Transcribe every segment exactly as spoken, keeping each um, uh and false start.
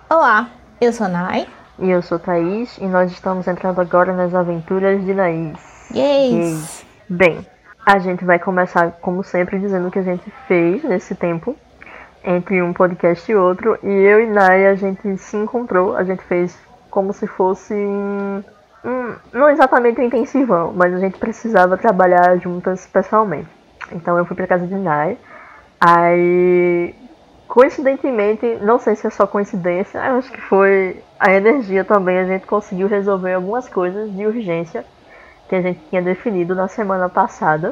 Olá, eu sou a Nai. E eu sou Thaís, e nós estamos entrando agora nas aventuras de Naís. Yes! Bem, a gente vai começar, como sempre, dizendo o que a gente fez nesse tempo, entre um podcast e outro. E eu e Nai, a gente se encontrou, a gente fez como se fosse um, um não exatamente um intensivão, mas a gente precisava trabalhar juntas pessoalmente. Então eu fui pra casa de Nai, aí... Coincidentemente, não sei se é só coincidência, eu acho que foi a energia também. A gente conseguiu resolver algumas coisas de urgência que a gente tinha definido na semana passada.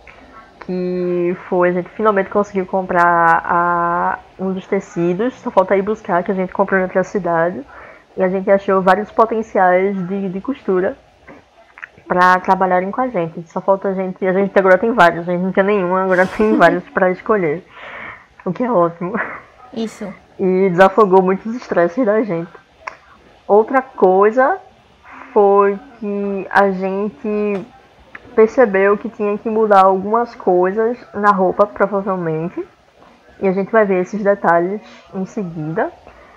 Que foi, a gente finalmente conseguiu comprar a, um dos tecidos, só falta ir buscar, que a gente comprou em outra cidade. E a gente achou vários potenciais de, de costura para trabalharem com a gente. Só falta a gente, a gente agora tem vários, a gente não tinha nenhum, agora tem vários para escolher. O que é ótimo. Isso. E desafogou muitos estresses da gente. Outra coisa foi que a gente percebeu que tinha que mudar algumas coisas na roupa, provavelmente. E a gente vai ver esses detalhes em seguida.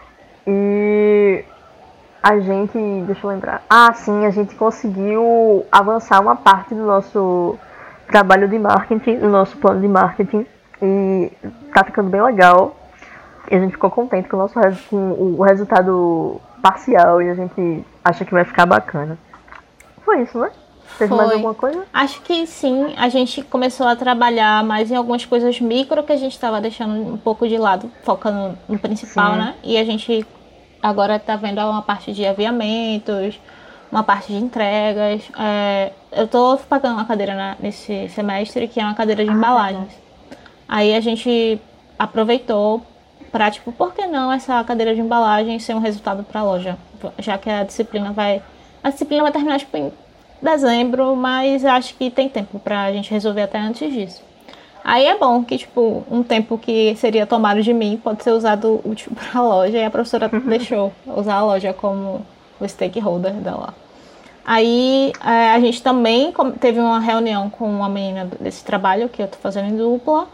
E a gente, deixa eu lembrar. Ah, sim, a gente conseguiu avançar uma parte do nosso trabalho de marketing, do nosso plano de marketing. E tá ficando bem legal. E a gente ficou contente com o nosso com o resultado parcial. E a gente acha que vai ficar bacana. Foi isso, né? Teve Foi. mais alguma coisa? Acho que sim, a gente começou a trabalhar mais em algumas coisas micro que a gente estava deixando um pouco de lado, focando no principal, sim, né? E a gente agora tá vendo uma parte de aviamentos, uma parte de entregas. É, eu tô pagando uma cadeira na, nesse semestre que é uma cadeira de embalagens. Ah, aí a gente aproveitou para, tipo, por que não essa cadeira de embalagem ser um resultado para a loja? Já que a disciplina vai... A disciplina vai terminar, tipo, em dezembro, mas acho que tem tempo pra gente resolver até antes disso. Aí é bom que, tipo, um tempo que seria tomado de mim pode ser usado útil para a loja, e a professora deixou usar a loja como o stakeholder dela. Aí é, a gente também teve uma reunião com uma menina desse trabalho que eu tô fazendo em dupla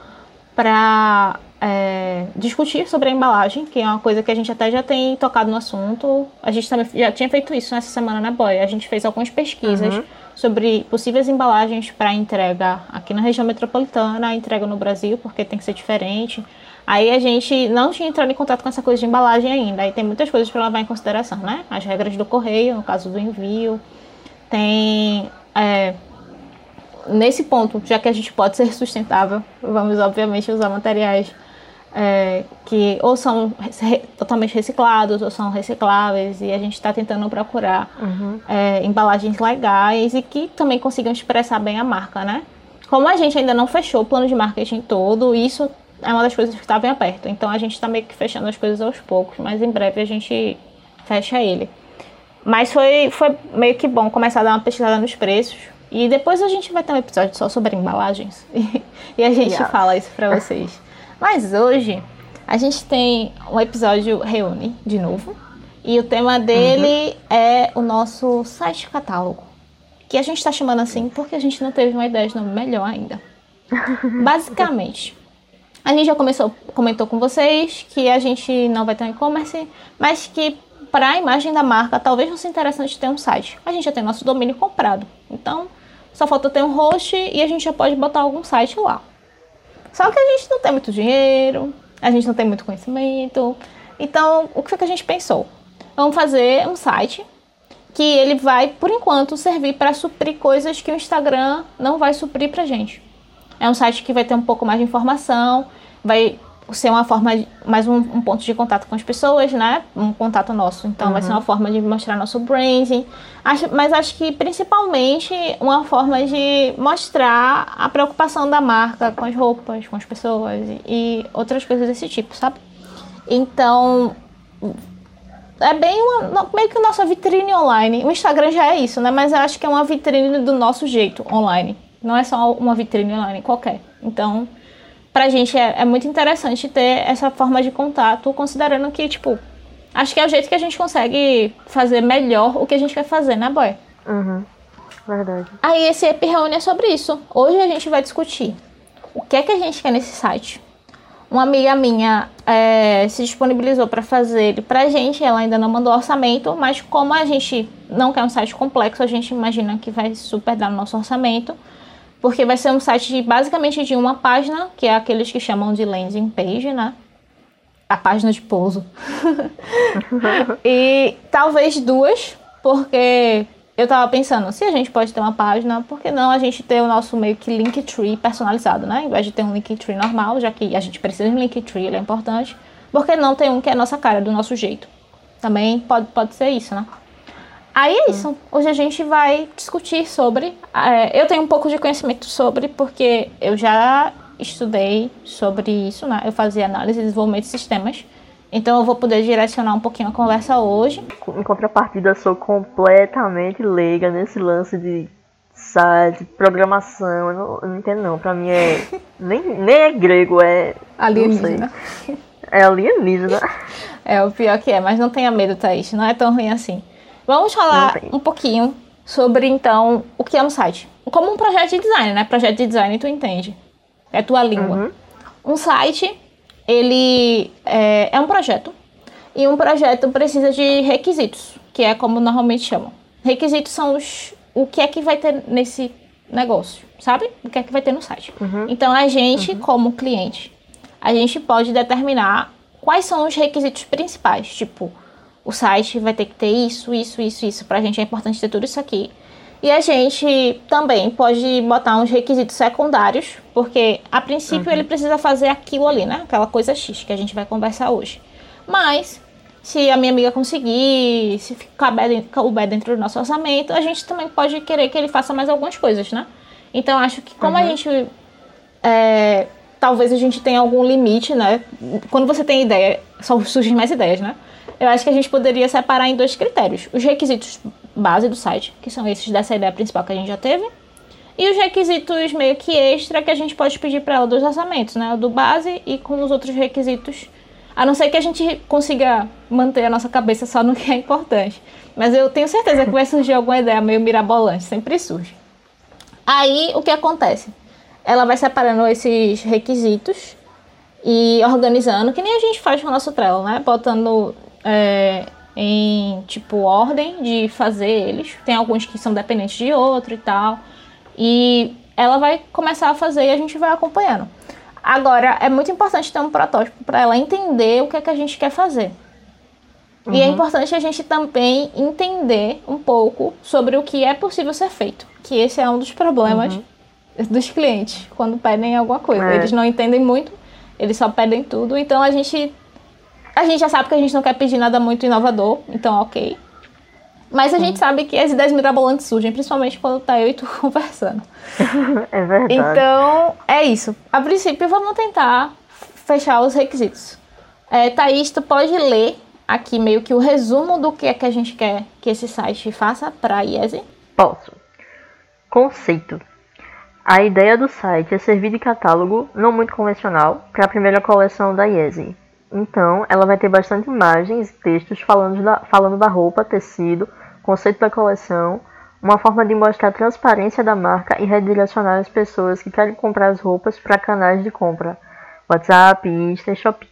para é, discutir sobre a embalagem, que é uma coisa que a gente até já tem tocado no assunto. A gente também já tinha feito isso nessa semana, né, Boy? A gente fez algumas pesquisas uhum. sobre possíveis embalagens para entrega aqui na região metropolitana, entrega no Brasil, porque tem que ser diferente. Aí a gente não tinha entrado em contato com essa coisa de embalagem ainda. Aí tem muitas coisas para levar em consideração, né? As regras do correio, no caso do envio. Tem... É, nesse ponto, já que a gente pode ser sustentável, vamos obviamente usar materiais é, que ou são re- totalmente reciclados ou são recicláveis, e a gente está tentando procurar uhum. é, embalagens legais e que também consigam expressar bem a marca, né? Como a gente ainda não fechou o plano de marketing todo, isso é uma das coisas que está bem aperto, então a gente está meio que fechando as coisas aos poucos, mas em breve a gente fecha ele. Mas foi, foi meio que bom começar a dar uma pesquisada nos preços. E depois a gente vai ter um episódio só sobre embalagens. E a gente yeah. fala isso pra vocês. Mas hoje a gente tem um episódio reúne de novo. E o tema dele uhum. é o nosso site catálogo. Que a gente tá chamando assim porque a gente não teve uma ideia de nome melhor ainda. Basicamente, a gente já começou, comentou com vocês que a gente não vai ter um e-commerce, mas que para a imagem da marca talvez não seja interessante ter um site. A gente já tem nosso domínio comprado. Então, só falta ter um host e a gente já pode botar algum site lá. Só que a gente não tem muito dinheiro, a gente não tem muito conhecimento. Então, o que foi que a gente pensou? Vamos fazer um site que ele vai, por enquanto, servir para suprir coisas que o Instagram não vai suprir pra gente. É um site que vai ter um pouco mais de informação, vai ser uma forma, de, mais um, um ponto de contato com as pessoas, né? Um contato nosso. Então, uhum. vai ser uma forma de mostrar nosso branding. Acho, mas acho que, principalmente, uma forma de mostrar a preocupação da marca com as roupas, com as pessoas e, e outras coisas desse tipo, sabe? Então, é bem uma, meio que a nossa vitrine online. O Instagram já é isso, né? Mas eu acho que é uma vitrine do nosso jeito online. Não é só uma vitrine online qualquer. Então, pra gente é, é muito interessante ter essa forma de contato, considerando que, tipo, acho que é o jeito que a gente consegue fazer melhor o que a gente quer fazer, né, Boy? Uhum, verdade. Aí esse Epi Reúne é sobre isso. Hoje a gente vai discutir o que é que a gente quer nesse site, Uma amiga minha é, se disponibilizou para fazer ele pra gente, ela ainda não mandou orçamento, mas como a gente não quer um site complexo, a gente imagina que vai super dar no nosso orçamento, porque vai ser um site basicamente de uma página, que é aqueles que chamam de landing page, né? A página de pouso. E talvez duas, porque eu tava pensando, se a gente pode ter uma página, por que não a gente ter o nosso meio que Linktree personalizado, né? Em vez de ter um Linktree normal, já que a gente precisa de um Linktree, ele é importante, por que não ter um que é a nossa cara, do nosso jeito? Também pode, pode ser isso, né? Aí é isso. Hoje a gente vai discutir sobre... É, eu tenho um pouco de conhecimento sobre, porque eu já estudei sobre isso, né? Eu fazia análise e desenvolvimento de sistemas. Então eu vou poder direcionar um pouquinho a conversa hoje. Em contrapartida, sou completamente leiga nesse lance de site, programação. Eu não, eu não entendo não. Pra mim é... nem, nem é grego, é... Alienígena. É alienígena. É, o pior que é. Mas não tenha medo, Thaís. Não é tão ruim assim. Vamos falar um pouquinho sobre, então, o que é um site. Como um projeto de design, né? Projeto de design, tu entende. É tua língua. Uhum. Um site, ele é, é um projeto. E um projeto precisa de requisitos, que é como normalmente chamam. Requisitos são os, o que é que vai ter nesse negócio, sabe? O que é que vai ter no site. Uhum. Então, a gente, uhum. como cliente, a gente pode determinar quais são os requisitos principais, tipo... O site vai ter que ter isso, isso, isso, isso. Pra gente é importante ter tudo isso aqui. E a gente também pode botar uns requisitos secundários, porque a princípio uhum. ele precisa fazer aquilo ali, né? Aquela coisa X que a gente vai conversar hoje. Mas, se a minha amiga conseguir, se couber dentro do nosso orçamento, a gente também pode querer que ele faça mais algumas coisas, né? Então, acho que como uhum. a gente... É, talvez a gente tenha algum limite, né? Quando você tem ideia, só surgem mais ideias, né? Eu acho que a gente poderia separar em dois critérios. Os requisitos base do site, que são esses dessa ideia principal que a gente já teve. E os requisitos meio que extra que a gente pode pedir para ela dos orçamentos, né? O do base e com os outros requisitos. A não ser que a gente consiga manter a nossa cabeça só no que é importante. Mas eu tenho certeza que vai surgir alguma ideia meio mirabolante. Sempre surge. Aí, o que acontece? Ela vai separando esses requisitos e organizando, que nem a gente faz com o nosso Trello, né? Botando... É, em tipo ordem de fazer eles. Tem alguns que são dependentes de outro e tal. E ela vai começar a fazer e a gente vai acompanhando. Agora, é muito importante ter um protótipo para ela entender o que é que a gente quer fazer. Uhum. E é importante a gente também entender um pouco sobre o que é possível ser feito. Que esse é um dos problemas uhum. dos clientes quando pedem alguma coisa. É. Eles não entendem muito, eles só pedem tudo. Então a gente... A gente já sabe que a gente não quer pedir nada muito inovador, então ok. Mas a Sim. gente sabe que as ideias mirabolantes surgem, principalmente quando tá eu e tu conversando. É verdade. Então, é isso. A princípio, vamos tentar fechar os requisitos. É, Thaís, tu pode ler aqui meio que o resumo do que é que a gente quer que esse site faça para a IESE? Posso. Conceito. A ideia do site é servir de catálogo não muito convencional para a primeira coleção da IESE. Então, ela vai ter bastante imagens e textos falando da, falando da roupa, tecido, conceito da coleção, uma forma de mostrar a transparência da marca e redirecionar as pessoas que querem comprar as roupas para canais de compra, WhatsApp, Insta e Shopee.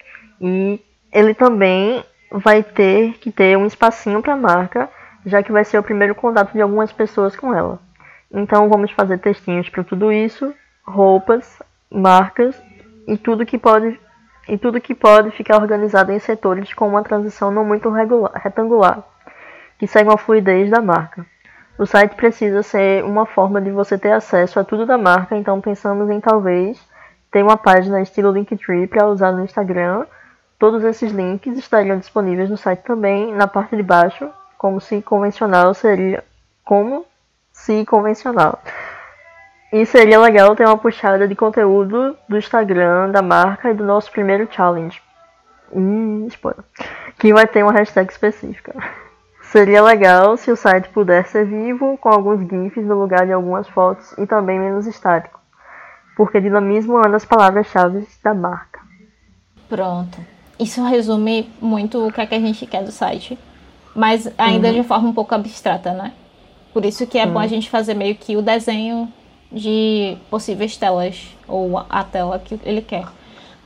E ele também vai ter que ter um espacinho para a marca, já que vai ser o primeiro contato de algumas pessoas com ela. Então, vamos fazer textinhos para tudo isso, roupas, marcas e tudo que pode... E tudo que pode ficar organizado em setores com uma transição não muito regular, retangular, que segue uma fluidez da marca. O site precisa ser uma forma de você ter acesso a tudo da marca, então pensamos em talvez ter uma página estilo Linktree para usar no Instagram. Todos esses links estariam disponíveis no site também, na parte de baixo, como se convencional seria... Como se convencional. E seria legal ter uma puxada de conteúdo do Instagram, da marca e do nosso primeiro challenge. Hum, spoiler. Que vai ter uma hashtag específica. Seria legal se o site pudesse ser vivo, com alguns GIFs no lugar de algumas fotos e também menos estático. Porque dinamismo é uma das palavras-chave da marca. Pronto. Isso resume muito o que, é que a gente quer do site. Mas ainda uhum. de forma um pouco abstrata, né? Por isso que é uhum. bom a gente fazer meio que o desenho de possíveis telas, ou a tela que ele quer.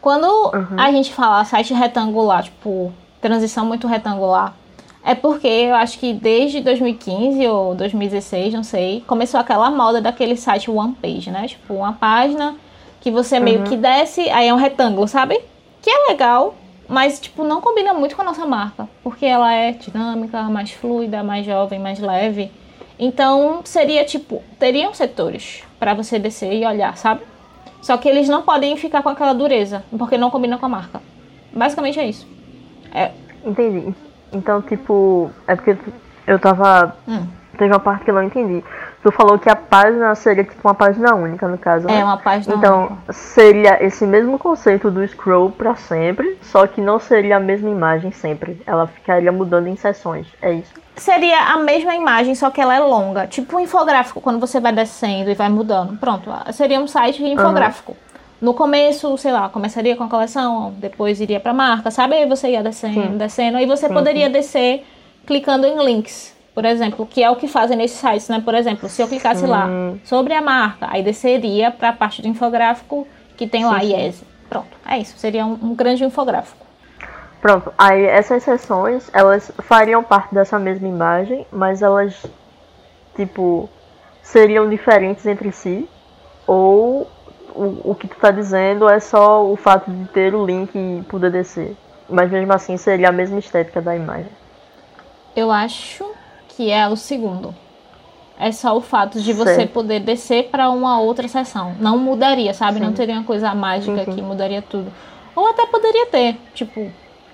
Quando Uhum. a gente fala site retangular, tipo, transição muito retangular, é porque eu acho que desde dois mil e quinze ou dois mil e dezesseis, não sei, começou aquela moda daquele site one page, né? Tipo, uma página que você meio Uhum. que desce, aí é um retângulo, sabe? Que é legal, mas, tipo, não combina muito com a nossa marca, porque ela é dinâmica, mais fluida, mais jovem, mais leve. Então, seria, tipo, teriam setores pra você descer e olhar, sabe? Só que eles não podem ficar com aquela dureza, porque não combina com a marca. Basicamente é isso. É. Entendi. Então, tipo, é porque eu tava. Hum. Teve uma parte que eu não entendi. Tu falou que a página seria tipo uma página única, no caso, né? É uma página Então, única. seria esse mesmo conceito do scroll pra sempre, só que não seria a mesma imagem sempre. Ela ficaria mudando em seções, é isso? Seria a mesma imagem, só que ela é longa. Tipo um infográfico, quando você vai descendo e vai mudando. Pronto, seria um site infográfico. Uhum. No começo, sei lá, começaria com a coleção, depois iria pra marca, sabe? Aí você ia descendo, sim. descendo. Aí você sim, poderia sim. descer clicando em links, por exemplo, que é o que fazem nesses sites, né? Por exemplo, se eu clicasse sim. lá sobre a marca, aí desceria pra parte do infográfico que tem sim, lá, Yes. Pronto, é isso. Seria um, um grande infográfico. Pronto, aí essas seções, elas fariam parte dessa mesma imagem, mas elas, tipo, seriam diferentes entre si, ou o, o que tu tá dizendo é só o fato de ter o link e poder descer, mas mesmo assim seria a mesma estética da imagem. Eu acho que é o segundo. É só o fato de você certo. Poder descer para uma outra seção. Não mudaria, sabe? Sim. Não teria uma coisa mágica sim, sim. que mudaria tudo. Ou até poderia ter, tipo...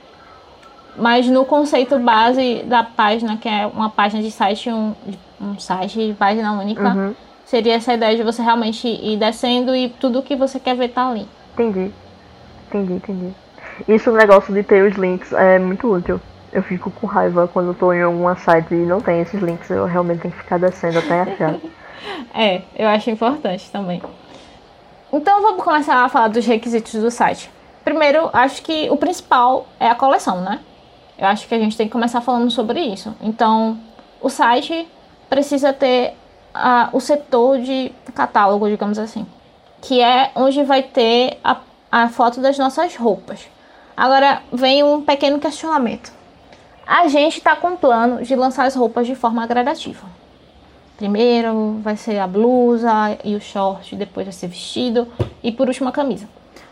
Mas no conceito base da página, que é uma página de site, um, um site de página única, uhum. seria essa ideia de você realmente ir descendo e tudo que você quer ver tá ali. Entendi. Entendi, entendi. Isso, o negócio de ter os links é muito útil. Eu fico com raiva quando eu tô em algum site e não tem esses links. Eu realmente tenho que ficar descendo até achar. É, eu acho importante também. Então vamos começar a falar dos requisitos do site. Primeiro, acho que o principal é a coleção, né? Eu acho que a gente tem que começar falando sobre isso. Então, o site precisa ter uh, o setor de catálogo, digamos assim, que é onde vai ter a, a foto das nossas roupas. Agora, vem um pequeno questionamento. A gente está com um plano de lançar as roupas de forma gradativa. Primeiro vai ser a blusa e o short, depois vai ser vestido e por último a camisa.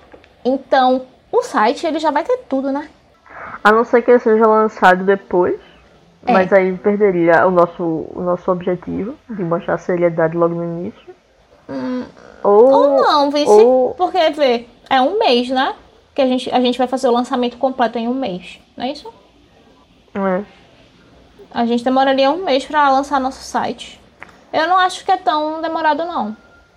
Então, o site ele já vai ter tudo, né? A não ser que ele seja lançado depois, é. Mas aí perderia o nosso, o nosso objetivo de mostrar a seriedade logo no início. Hum, ou, ou não, Vici, ou... porque vê, é um mês, né? Que a gente, a gente vai fazer o lançamento completo em um mês, não é isso? É. A gente demoraria um mês para lançar nosso site. Eu não acho que é tão demorado, não.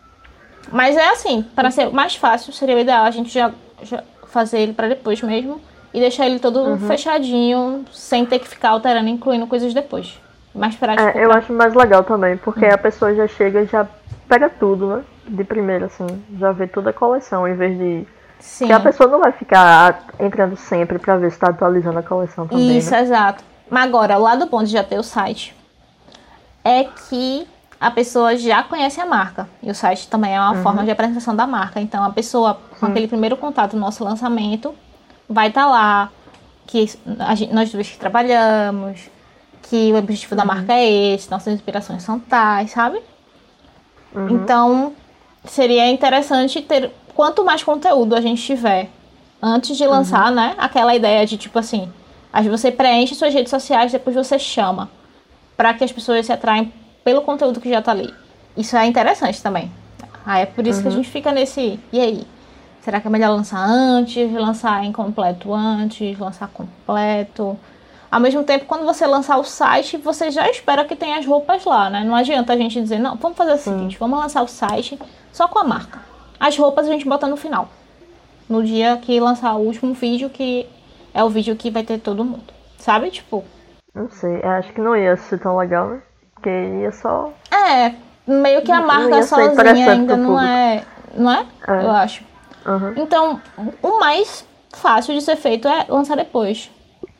Mas é assim, para ser mais fácil, seria o ideal a gente já, já fazer ele para depois mesmo. E deixar ele todo uhum. fechadinho, sem ter que ficar alterando, incluindo coisas depois. Mais prático. É, eu pra... acho mais legal também, porque uhum. a pessoa já chega e já pega tudo, né? De primeira, assim. Já vê toda a coleção, em vez de... Sim. Porque a pessoa não vai ficar entrando sempre pra ver se tá atualizando a coleção também, Isso, né? exato. Mas agora, o lado bom de já ter o site é que a pessoa já conhece a marca. E o site também é uma uhum. forma de apresentação da marca. Então, a pessoa, com Sim. aquele primeiro contato no nosso lançamento... vai estar lá, que a gente, nós dois que trabalhamos, que o objetivo uhum. da marca é esse, nossas inspirações são tais, sabe? Uhum. Então, seria interessante ter, quanto mais conteúdo a gente tiver antes de lançar, uhum. né? Aquela ideia de, tipo assim, aí você preenche suas redes sociais, depois você chama, para que as pessoas se atraem pelo conteúdo que já tá ali. Isso é interessante também. Aí é por isso uhum. que a gente fica nesse, e aí? Será que é melhor lançar antes, lançar incompleto antes, lançar completo? Ao mesmo tempo, quando você lançar o site, você já espera que tenha as roupas lá, né? Não adianta a gente dizer, não, vamos fazer o Sim. seguinte, vamos lançar o site só com a marca. As roupas a gente bota no final. No dia que lançar o último vídeo, que é o vídeo que vai ter todo mundo. Sabe? Tipo... Não sei, acho que não ia ser tão legal, né? Porque ia só... É, meio que a marca sozinha ainda não é... Não é? é? Eu acho. Uhum. Então, o mais fácil de ser feito é lançar depois.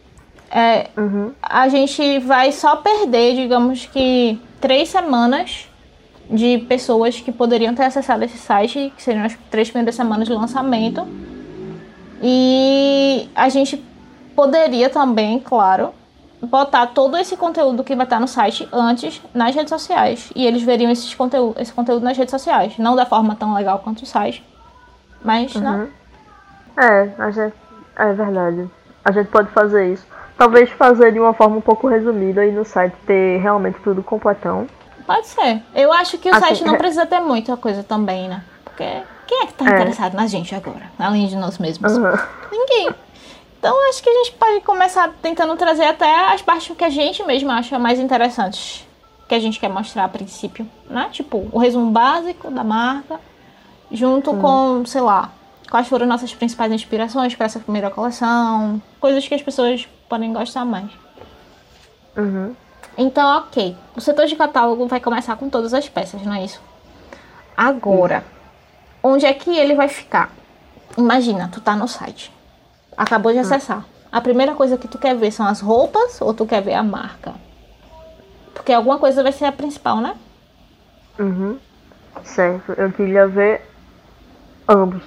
É, uhum. A gente vai só perder, digamos que, três semanas de pessoas que poderiam ter acessado esse site, que seriam as três primeiras semanas de lançamento, E a gente poderia também, claro, botar todo esse conteúdo que vai estar no site antes nas redes sociais. E eles veriam esses conteúdo, esse conteúdo nas redes sociais. Não da forma tão legal quanto o site, mas, Uhum. né? É, a gente, é verdade. A gente pode fazer isso. Talvez fazer de uma forma um pouco resumida e no site ter realmente tudo completão. Pode ser. Eu acho que o Assim, site não é- precisa ter muita coisa também, né? Porque quem é que tá É. interessado na gente agora? Além de nós mesmos. Uhum. Ninguém. Então acho que a gente pode começar tentando trazer até as partes que a gente mesmo acha mais interessantes. Que a gente quer mostrar a princípio, né? Tipo, o resumo básico da marca. Junto com, sei lá, quais foram nossas principais inspirações para essa primeira coleção. Coisas que as pessoas podem gostar mais. Uhum. Então, ok. O setor de catálogo vai começar com todas as peças, não é isso? Agora, onde é que ele vai ficar? Imagina, tu tá no site. Acabou de acessar. A primeira coisa que tu quer ver são as roupas ou tu quer ver a marca? Porque alguma coisa vai ser a principal, né? Uhum. Certo, eu queria ver ambos.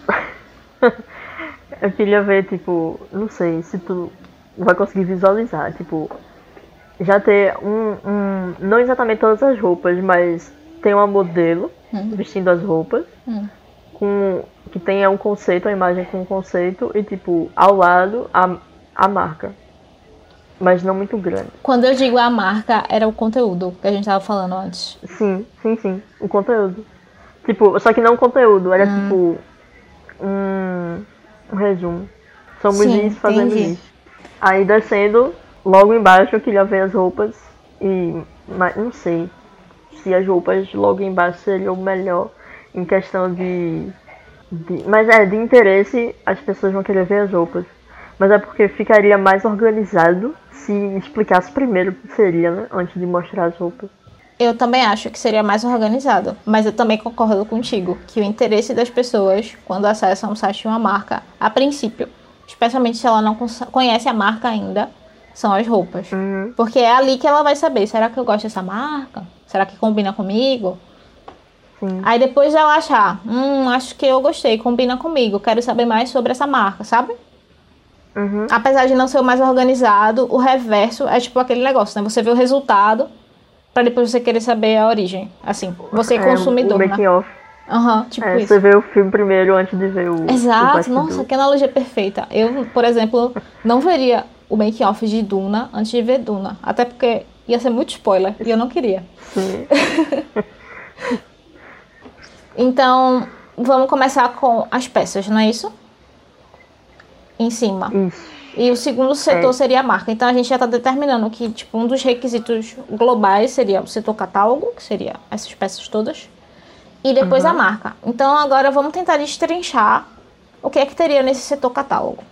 Eu queria ver, tipo, não sei se tu vai conseguir visualizar, tipo, já ter um, um não exatamente todas as roupas, mas tem uma modelo Hum. vestindo as roupas, Hum. com que tenha um conceito, a imagem com um conceito e, tipo, ao lado a, a marca. Mas não muito grande. Quando eu digo a marca, era o conteúdo que a gente tava falando antes. Sim, sim, sim. O conteúdo. Tipo, só que não o conteúdo, era Hum. tipo um, um resumo. Somos Sim, isso fazendo entendi. isso. Aí descendo, logo embaixo eu queria ver as roupas e mas não sei se as roupas logo embaixo seriam o melhor em questão de, de. Mas é, de interesse as pessoas vão querer ver as roupas. Mas é porque ficaria mais organizado se explicasse primeiro o que seria, né? Antes de mostrar as roupas. Eu também acho que seria mais organizado, mas eu também concordo contigo que o interesse das pessoas quando acessam o site de uma marca, a princípio, especialmente se ela não conhece a marca ainda, são as roupas. Uhum. Porque é ali que ela vai saber, será que eu gosto dessa marca? Será que combina comigo? Sim. Aí depois ela achar, hum, acho que eu gostei, combina comigo, quero saber mais sobre essa marca, sabe? Uhum. Apesar de não ser o mais organizado, o reverso é tipo aquele negócio, né? Você vê o resultado pra depois você querer saber a origem. Assim, você é consumidor, o né? making off. Aham, uhum, tipo É, isso. você vê o filme primeiro antes de ver o Exato, o bastidor. nossa, que analogia perfeita. Eu, por exemplo, não veria o making off de Duna antes de ver Duna. Até porque ia ser muito spoiler e eu não queria. Sim. Então, vamos começar com as peças, não é isso? Em cima. Isso. E o segundo setor É. seria a marca. Então a gente já está determinando que tipo, um dos requisitos globais seria o setor catálogo, que seria essas peças todas, e depois Uhum. a marca. Então agora vamos tentar destrinchar o que é que teria nesse setor catálogo.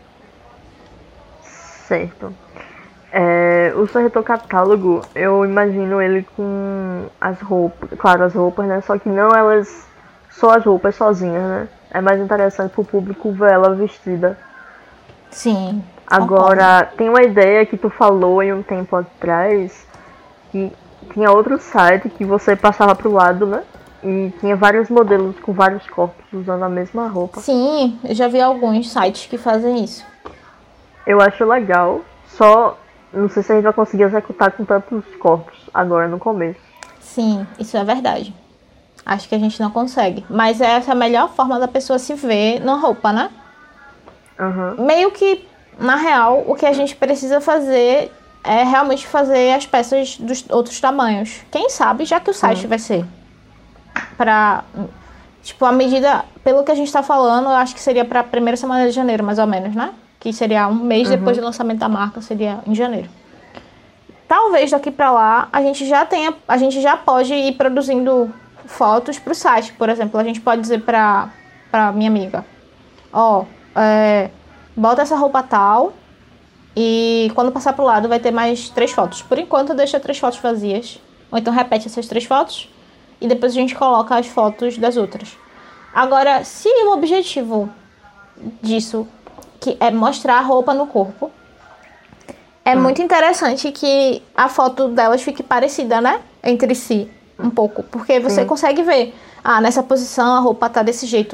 Certo. É, o setor catálogo, eu imagino ele com as roupas, claro, as roupas, né? Só que não elas, só as roupas sozinhas, né? É mais interessante pro público ver ela vestida. Sim. Agora, tem uma ideia que tu falou em um tempo atrás, que tinha outro site que você passava pro lado, né? E tinha vários modelos com vários corpos usando a mesma roupa. Sim, eu já vi alguns sites que fazem isso. Eu acho legal, só não sei se a gente vai conseguir executar com tantos corpos agora no começo. Sim, isso é verdade. Acho que a gente não consegue. Mas essa é a melhor forma da pessoa se ver na roupa, né? Uhum. Meio que, na real, o que a gente precisa fazer é realmente fazer as peças dos outros tamanhos. Quem sabe, já que o site Uhum. vai ser pra... Tipo, a medida... Pelo que a gente tá falando, eu acho que seria pra primeira semana de janeiro, mais ou menos, né? Que seria um mês Uhum. depois do lançamento da marca, seria em janeiro. Talvez daqui pra lá, a gente já tenha... A gente já pode ir produzindo fotos pro site, por exemplo. A gente pode dizer pra, pra minha amiga, ó... É, bota essa roupa tal e quando passar pro lado vai ter mais três fotos. Por enquanto deixa três fotos vazias. Ou então repete essas três fotos e depois a gente coloca as fotos das outras. Agora, se o objetivo disso que é mostrar a roupa no corpo, é hum. muito interessante que a foto delas fique parecida, né? Entre si, um pouco. Porque você Sim. consegue ver, ah, nessa posição a roupa tá desse jeito.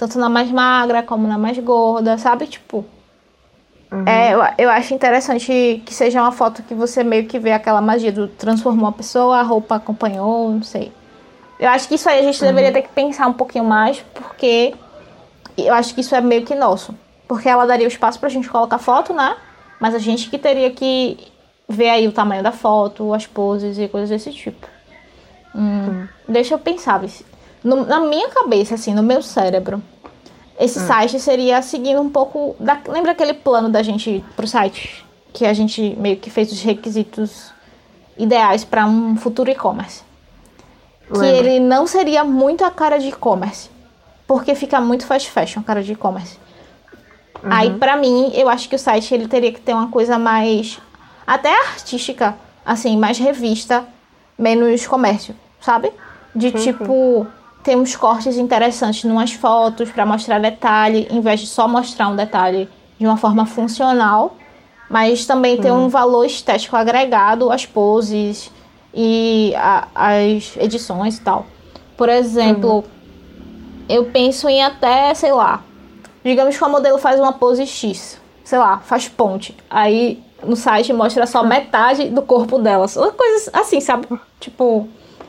tanto na mais magra como na mais gorda, sabe? Tipo, Uhum. é, eu, eu acho interessante que seja uma foto que você meio que vê aquela magia do transformou a pessoa, a roupa acompanhou, não sei. Eu acho que isso aí a gente Uhum. deveria ter que pensar um pouquinho mais, porque eu acho que isso é meio que nosso. Porque ela daria o espaço pra gente colocar foto, né? Mas a gente que teria que ver aí o tamanho da foto, as poses e coisas desse tipo. Hum, deixa eu pensar, Vici. No, na minha cabeça, assim, no meu cérebro, esse Hum. site seria seguindo um pouco... Da, lembra aquele plano da gente ir pro site? Que a gente meio que fez os requisitos ideais para um futuro e-commerce. Que Lembro. ele não seria muito a cara de e-commerce. Porque fica muito fast fashion a cara de e-commerce. Uhum. Aí, pra mim, eu acho que o site ele teria que ter uma coisa mais... até artística, assim, mais revista, menos comércio, sabe? De Sim, tipo, ter uns cortes interessantes numas fotos pra mostrar detalhe, em vez de só mostrar um detalhe de uma forma funcional, mas também ter um valor estético agregado às poses e a- às edições e tal. Por exemplo, eu penso em até, sei lá, digamos que a modelo faz uma pose X, sei lá, faz ponte. Aí no site mostra só metade do corpo dela. Coisas assim, sabe? Tipo,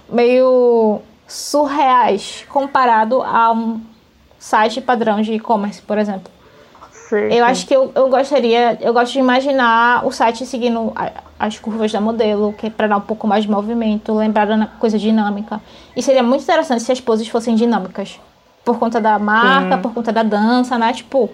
meio surreais comparado a um site padrão de e-commerce, por exemplo. Sei, Eu sei. acho que eu, eu gostaria, eu gosto de imaginar o site seguindo a- as curvas da modelo, que é para dar um pouco mais de movimento, lembrar da coisa dinâmica. E seria muito interessante se as poses fossem dinâmicas. Por conta da marca, Sim. por conta da dança, né? Tipo,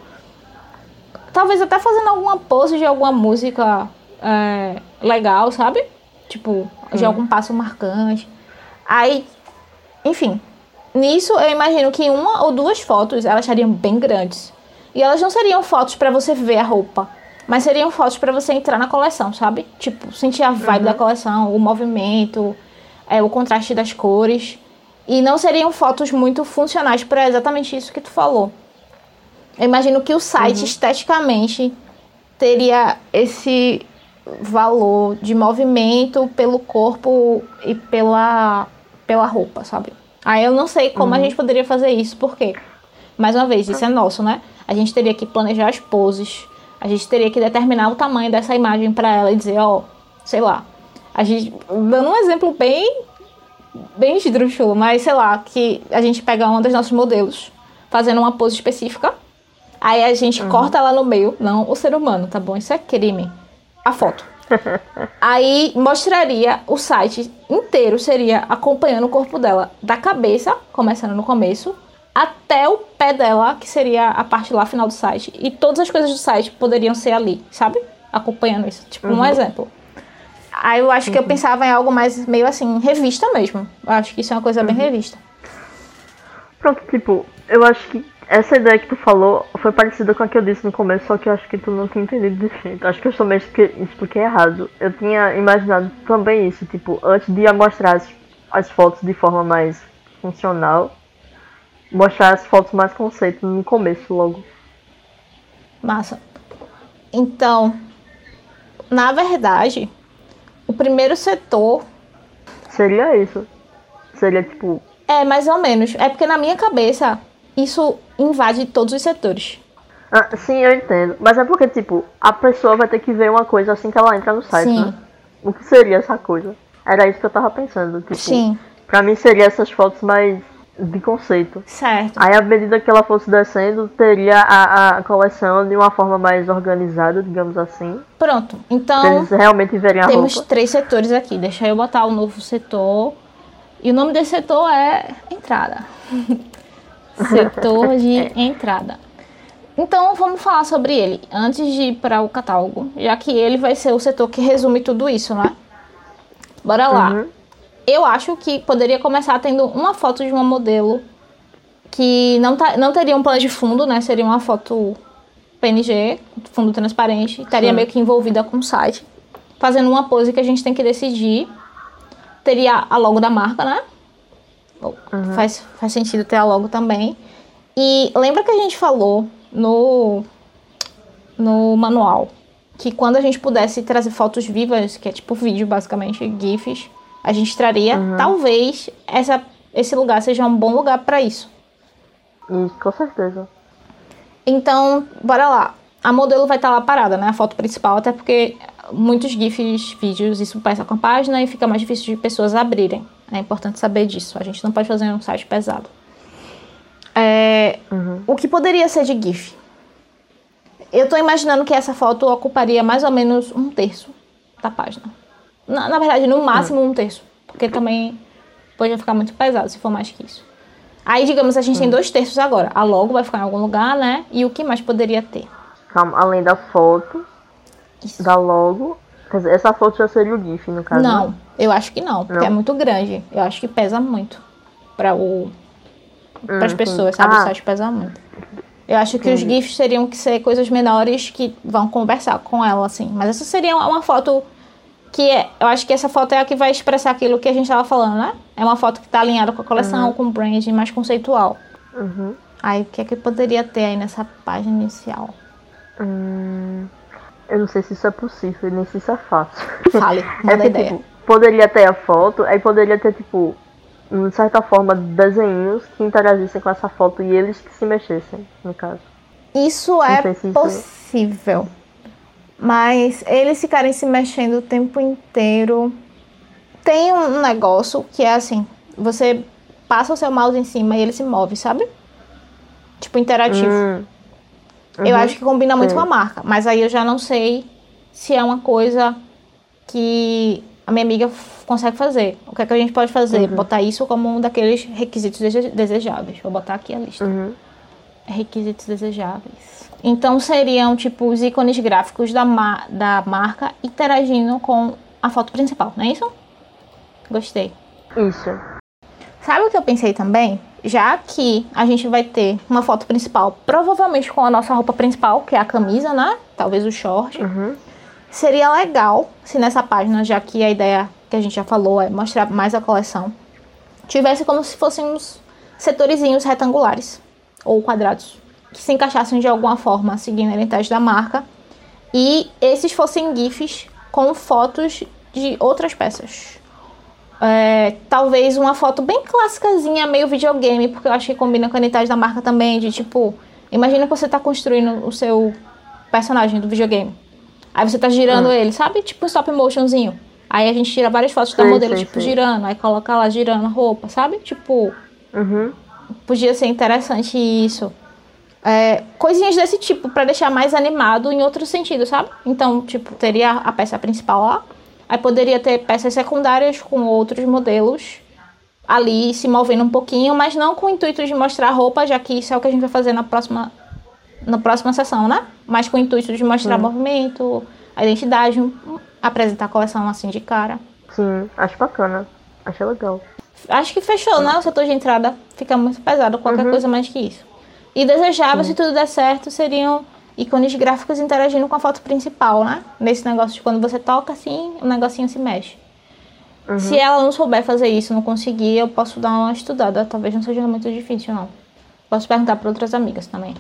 talvez até fazendo alguma pose de alguma música é, legal, sabe? Tipo, de algum passo marcante. Aí, enfim, nisso eu imagino que uma ou duas fotos elas estariam bem grandes. E elas não seriam fotos pra você ver a roupa, mas seriam fotos pra você entrar na coleção, sabe? Tipo, sentir a vibe da coleção, o movimento, é, o contraste das cores. E não seriam fotos muito funcionais pra exatamente isso que tu falou. Eu imagino que o site, esteticamente, teria esse valor de movimento pelo corpo e pela, pela roupa, sabe? Aí eu não sei como a gente poderia fazer isso, porque, mais uma vez, isso é nosso, né? A gente teria que planejar as poses, a gente teria que determinar o tamanho dessa imagem pra ela e dizer, ó, sei lá. A gente, dando um exemplo bem, bem esdrúxulo, mas sei lá, que a gente pega uma dos nossos modelos, fazendo uma pose específica, aí a gente corta ela no meio, não o ser humano, tá bom? Isso é crime. A foto. Aí mostraria o site inteiro, seria acompanhando o corpo dela, da cabeça, começando no começo, até o pé dela, que seria a parte lá final do site. E todas as coisas do site poderiam ser ali, sabe? Acompanhando isso. Tipo, um exemplo. Aí eu acho que eu pensava em algo mais meio assim, revista mesmo. Eu acho que isso é uma coisa bem revista. Pronto, tipo, eu acho que essa ideia que tu falou foi parecida com a que eu disse no começo, só que eu acho que tu não tinha entendido de jeito. Acho que eu também expliquei, expliquei errado. Eu tinha imaginado também isso, tipo, antes de mostrar as, as fotos de forma mais funcional, mostrar as fotos mais conceito no começo logo. Massa. Então, na verdade, o primeiro setor Seria isso. Seria tipo. é mais ou menos. É porque na minha cabeça isso invade todos os setores. Ah, sim, eu entendo. Mas é porque, tipo, a pessoa vai ter que ver uma coisa assim que ela entra no site, Sim. né? O que seria essa coisa? Era isso que eu tava pensando. Tipo, Sim. pra mim seria essas fotos mais de conceito. Certo. Aí, à medida que ela fosse descendo, teria a, a coleção de uma forma mais organizada, digamos assim. Pronto. Pra Então, eles realmente verem a temos roupa. três setores aqui. Deixa eu botar o novo setor. E o nome desse setor é entrada. Setor de entrada. Então, vamos falar sobre ele antes de ir para o catálogo, já que ele vai ser o setor que resume tudo isso, né? Bora lá. Uhum. Eu acho que poderia começar tendo uma foto de uma modelo que não, tá, não teria um plano de fundo, né? Seria uma foto P N G, fundo transparente, estaria Sim. meio que envolvida com o site, fazendo uma pose que a gente tem que decidir. Teria a logo da marca, né? Uhum. Faz, faz sentido ter a logo também. E lembra que a gente falou no, no manual que quando a gente pudesse trazer fotos vivas, que é tipo vídeo basicamente, GIFs, a gente traria, Uhum. talvez essa, esse lugar seja um bom lugar para isso. Isso, com certeza. Então, bora lá. A modelo vai estar lá parada, né? A foto principal, até porque muitos GIFs, vídeos, isso passa com a página e fica mais difícil de pessoas abrirem. É importante saber disso. A gente não pode fazer um site pesado. É, uhum. O que poderia ser de GIF? Eu tô imaginando que essa foto ocuparia mais ou menos um terço da página. Na, na verdade, no máximo uhum. um terço. Porque também pode ficar muito pesado se for mais que isso. Aí, digamos, a gente uhum. tem dois terços agora. A logo vai ficar em algum lugar, né? E o que mais poderia ter? Calma, além da foto, isso. da logo... Quer dizer, essa foto já seria o GIF, no caso? Não, né? eu acho que não. Porque não. é muito grande. Eu acho que pesa muito. Para o... Para as hum, pessoas, sim. sabe? Ah. O site pesa muito. Eu acho que Entendi. Os GIFs teriam que ser coisas menores que vão conversar com ela, assim. Mas essa seria uma foto que é... Eu acho que essa foto é a que vai expressar aquilo que a gente estava falando, né? É uma foto que está alinhada com a coleção, uhum. com o branding mais conceitual. Uhum. Aí, o que é que poderia ter aí nessa página inicial? Hum, eu não sei se isso é possível, nem se isso é fácil. Fale, manda é que, ideia. Tipo, poderia ter a foto, aí poderia ter, tipo... de certa forma, desenhos que interagissem com essa foto e eles que se mexessem, no caso. Isso é se possível. Isso... Mas eles ficarem se mexendo o tempo inteiro. Tem um negócio que é assim, você passa o seu mouse em cima e ele se move, sabe? Tipo, interativo. Hum. Uhum. Eu acho que combina muito Sim. com a marca. Mas aí eu já não sei se é uma coisa que... a minha amiga consegue fazer. O que é que a gente pode fazer? Uhum. Botar isso como um daqueles requisitos desejáveis. Vou botar aqui a lista. Uhum. Requisitos desejáveis. Então seriam tipo os ícones gráficos da, ma- da marca interagindo com a foto principal, não é isso? Gostei. Isso. Sabe o que eu pensei também? Já que a gente vai ter uma foto principal, provavelmente com a nossa roupa principal, que é a camisa, né? Talvez o short. Uhum. Seria legal se nessa página, já que a ideia que a gente já falou é mostrar mais a coleção, tivesse como se fossem uns setorizinhos retangulares ou quadrados, que se encaixassem de alguma forma seguindo a identidade da marca, e esses fossem GIFs com fotos de outras peças. É, talvez uma foto bem clássicazinha, meio videogame, porque eu acho que combina com a identidade da marca também, de tipo, imagina que você está construindo o seu personagem do videogame. Aí você tá girando hum. ele, sabe? Tipo um stop motionzinho. Aí a gente tira várias fotos sim, da modelo, sim, tipo, sim. girando. Aí coloca lá girando a roupa, sabe? Tipo, uhum. podia ser interessante isso. É, coisinhas desse tipo, pra deixar mais animado em outro sentido, sabe? Então, tipo, teria a peça principal lá. Aí poderia ter peças secundárias com outros modelos ali se movendo um pouquinho, mas não com o intuito de mostrar a roupa, já que isso é o que a gente vai fazer na próxima... na próxima sessão, né? Mas com o intuito de mostrar Sim. movimento, a identidade, apresentar a coleção assim de cara. Sim, acho bacana. Achei legal. Acho que fechou, né? O setor de entrada fica muito pesado, qualquer uhum. coisa mais que isso. E desejável, Sim. se tudo der certo, seriam ícones gráficos interagindo com a foto principal, né? Nesse negócio de quando você toca assim, o negocinho se mexe. Uhum. Se ela não souber fazer isso, não conseguir, eu posso dar uma estudada. Talvez não seja muito difícil, não. Posso perguntar para outras amigas também.